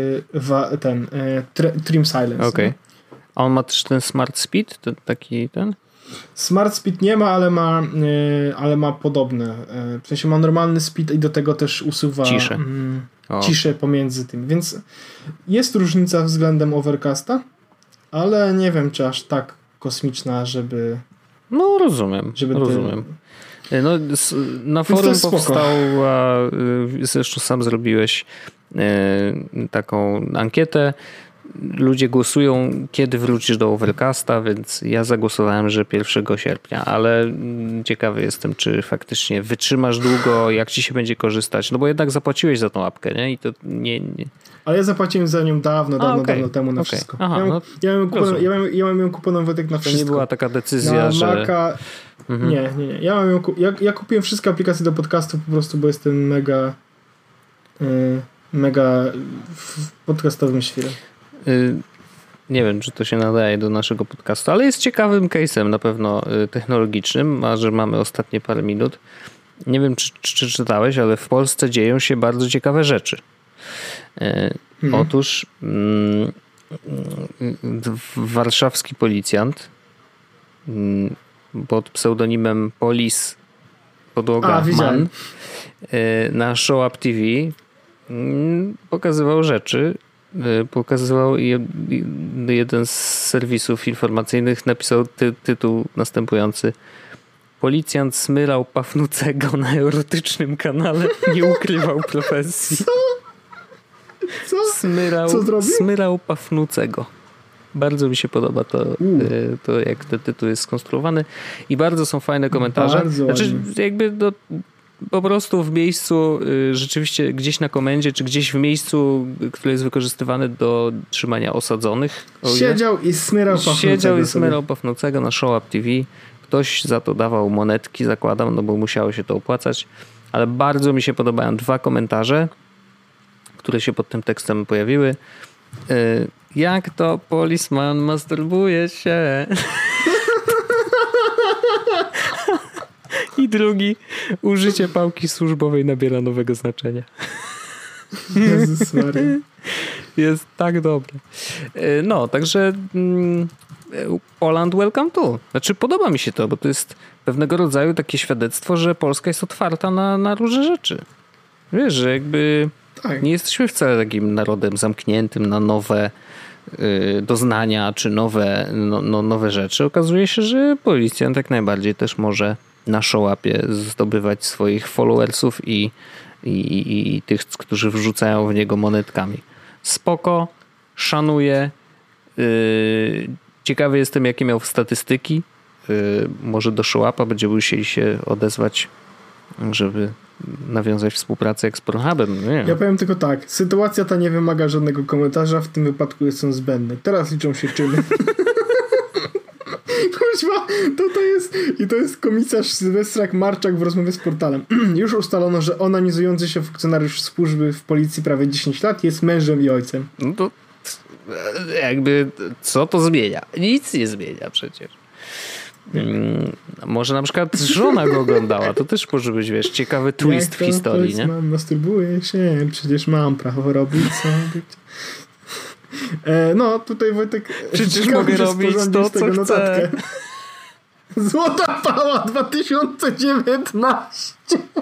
Speaker 1: Trim Silence.
Speaker 2: Okay. A on ma też ten Smart Speed? Ten?
Speaker 1: Smart Speed nie ma, ale ma podobne. W sensie ma normalny speed i do tego też usuwa ciszę pomiędzy tym. Więc jest różnica względem Overcasta, ale nie wiem, czy aż tak kosmiczna, żeby...
Speaker 2: No rozumiem. No, na forum powstała, zresztą sam zrobiłeś taką ankietę. Ludzie głosują, kiedy wrócisz do Overcasta, więc ja zagłosowałem, że 1 sierpnia, ale ciekawy jestem, czy faktycznie wytrzymasz długo, jak ci się będzie korzystać, no bo jednak zapłaciłeś za tą apkę, nie? I to nie...
Speaker 1: Ale ja zapłaciłem za nią dawno temu na wszystko.
Speaker 2: Aha,
Speaker 1: ja mam ją kuponą Wojtek na wszystko.
Speaker 2: To nie była taka decyzja, że...
Speaker 1: Maca... Nie. Ja kupiłem wszystkie aplikacje do podcastu po prostu, bo jestem mega w podcastowym świrem.
Speaker 2: Nie wiem, czy to się nadaje do naszego podcastu, ale jest ciekawym case'em na pewno technologicznym, a że mamy ostatnie parę minut. Nie wiem, czy czytałeś, ale w Polsce dzieją się bardzo ciekawe rzeczy. Otóż warszawski policjant pod pseudonimem Polis Podłoga Man na Show Up TV pokazywał rzeczy. Jeden z serwisów informacyjnych napisał tytuł następujący: policjant smyrał Pafnucego na erotycznym kanale, nie ukrywał profesji.
Speaker 1: Co?
Speaker 2: Smyrał Pafnucego. Bardzo mi się podoba to jak ten tytuł jest skonstruowany i bardzo są fajne komentarze. Jakby po prostu w miejscu, rzeczywiście gdzieś na komendzie, czy gdzieś w miejscu, które jest wykorzystywane do trzymania osadzonych.
Speaker 1: Siedział i smyrał
Speaker 2: Pafnucego na Show Up TV. Ktoś za to dawał monetki, zakładam, no bo musiało się to opłacać. Ale bardzo mi się podobają 2 komentarze, które się pod tym tekstem pojawiły. Jak to policeman masturbuje się? I drugi, użycie pałki służbowej nabiera nowego znaczenia.
Speaker 1: Jezus Maria.
Speaker 2: Jest tak dobre. No, także Poland welcome to. Znaczy podoba mi się to, bo to jest pewnego rodzaju takie świadectwo, że Polska jest otwarta na różne rzeczy. Wiesz, że jakby nie jesteśmy wcale takim narodem zamkniętym na nowe doznania czy nowe rzeczy. Okazuje się, że policjant jak najbardziej też może na show-upie zdobywać swoich followersów i tych, którzy wrzucają w niego monetkami. Spoko, szanuję. Ciekawy jestem, jakie miał statystyki. Może do show-upa będziemy musieli się odezwać, żeby nawiązać współpracę jak z Pornhubem.
Speaker 1: Ja powiem tylko tak. Sytuacja ta nie wymaga żadnego komentarza. W tym wypadku są zbędne. Teraz liczą się czyny. To jest komisarz Sylwestrak Marczak w rozmowie z portalem. Już ustalono, że onanizujący się funkcjonariusz służby w policji prawie 10 lat jest mężem i ojcem.
Speaker 2: No to jakby co to zmienia? Nic nie zmienia przecież. Może na przykład żona go oglądała. To też może być, wiesz, ciekawy twist w historii, nie?
Speaker 1: Masturbuję się, przecież mam prawo robić co być. No, tutaj Wojtek...
Speaker 2: Przecież mogę robić to, co chcę.
Speaker 1: Złota Pała 2019.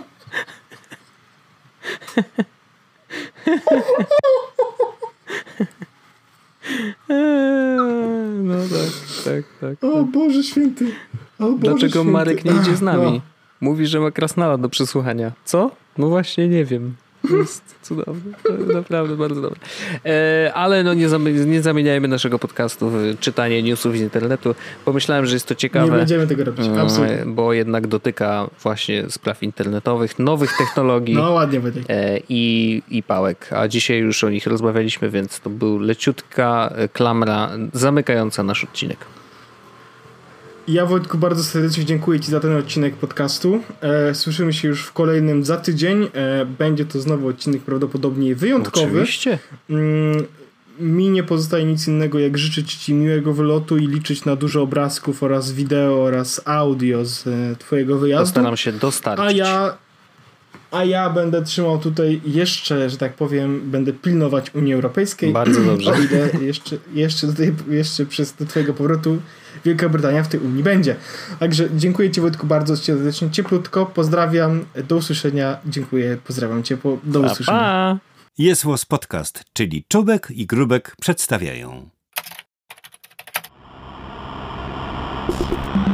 Speaker 2: No tak.
Speaker 1: O Boże Święty.
Speaker 2: Dlaczego Marek nie idzie z nami? No. Mówi, że ma krasnala do przesłuchania. Co? No właśnie nie wiem. To jest cudowne. To naprawdę bardzo dobre. Ale no nie zamieniajmy naszego podcastu w czytanie newsów z internetu. Pomyślałem, że jest to ciekawe.
Speaker 1: Nie będziemy tego robić, absolutnie.
Speaker 2: Bo jednak dotyka właśnie spraw internetowych, nowych technologii.
Speaker 1: No ładnie będzie.
Speaker 2: I pałek. A dzisiaj już o nich rozmawialiśmy, więc to był leciutka klamra zamykająca nasz odcinek.
Speaker 1: Ja, Wojtku, bardzo serdecznie dziękuję Ci za ten odcinek podcastu. Słyszymy się już w kolejnym za tydzień. Będzie to znowu odcinek prawdopodobnie wyjątkowy.
Speaker 2: Oczywiście.
Speaker 1: Mi nie pozostaje nic innego, jak życzyć Ci miłego wylotu i liczyć na dużo obrazków oraz wideo oraz audio z Twojego wyjazdu.
Speaker 2: Postaram się dostarczyć.
Speaker 1: A ja będę trzymał tutaj jeszcze, że tak powiem, będę pilnować Unii Europejskiej.
Speaker 2: Bardzo dobrze.
Speaker 1: O ile jeszcze przez do Twojego powrotu Wielka Brytania w tej Unii będzie. Także dziękuję Ci, Wojtku, bardzo serdecznie, cieplutko. Pozdrawiam. Do usłyszenia. Dziękuję. Pozdrawiam Cię. Do usłyszenia.
Speaker 2: Pa.
Speaker 3: Jest Was Podcast, czyli Czubek i Grubek przedstawiają.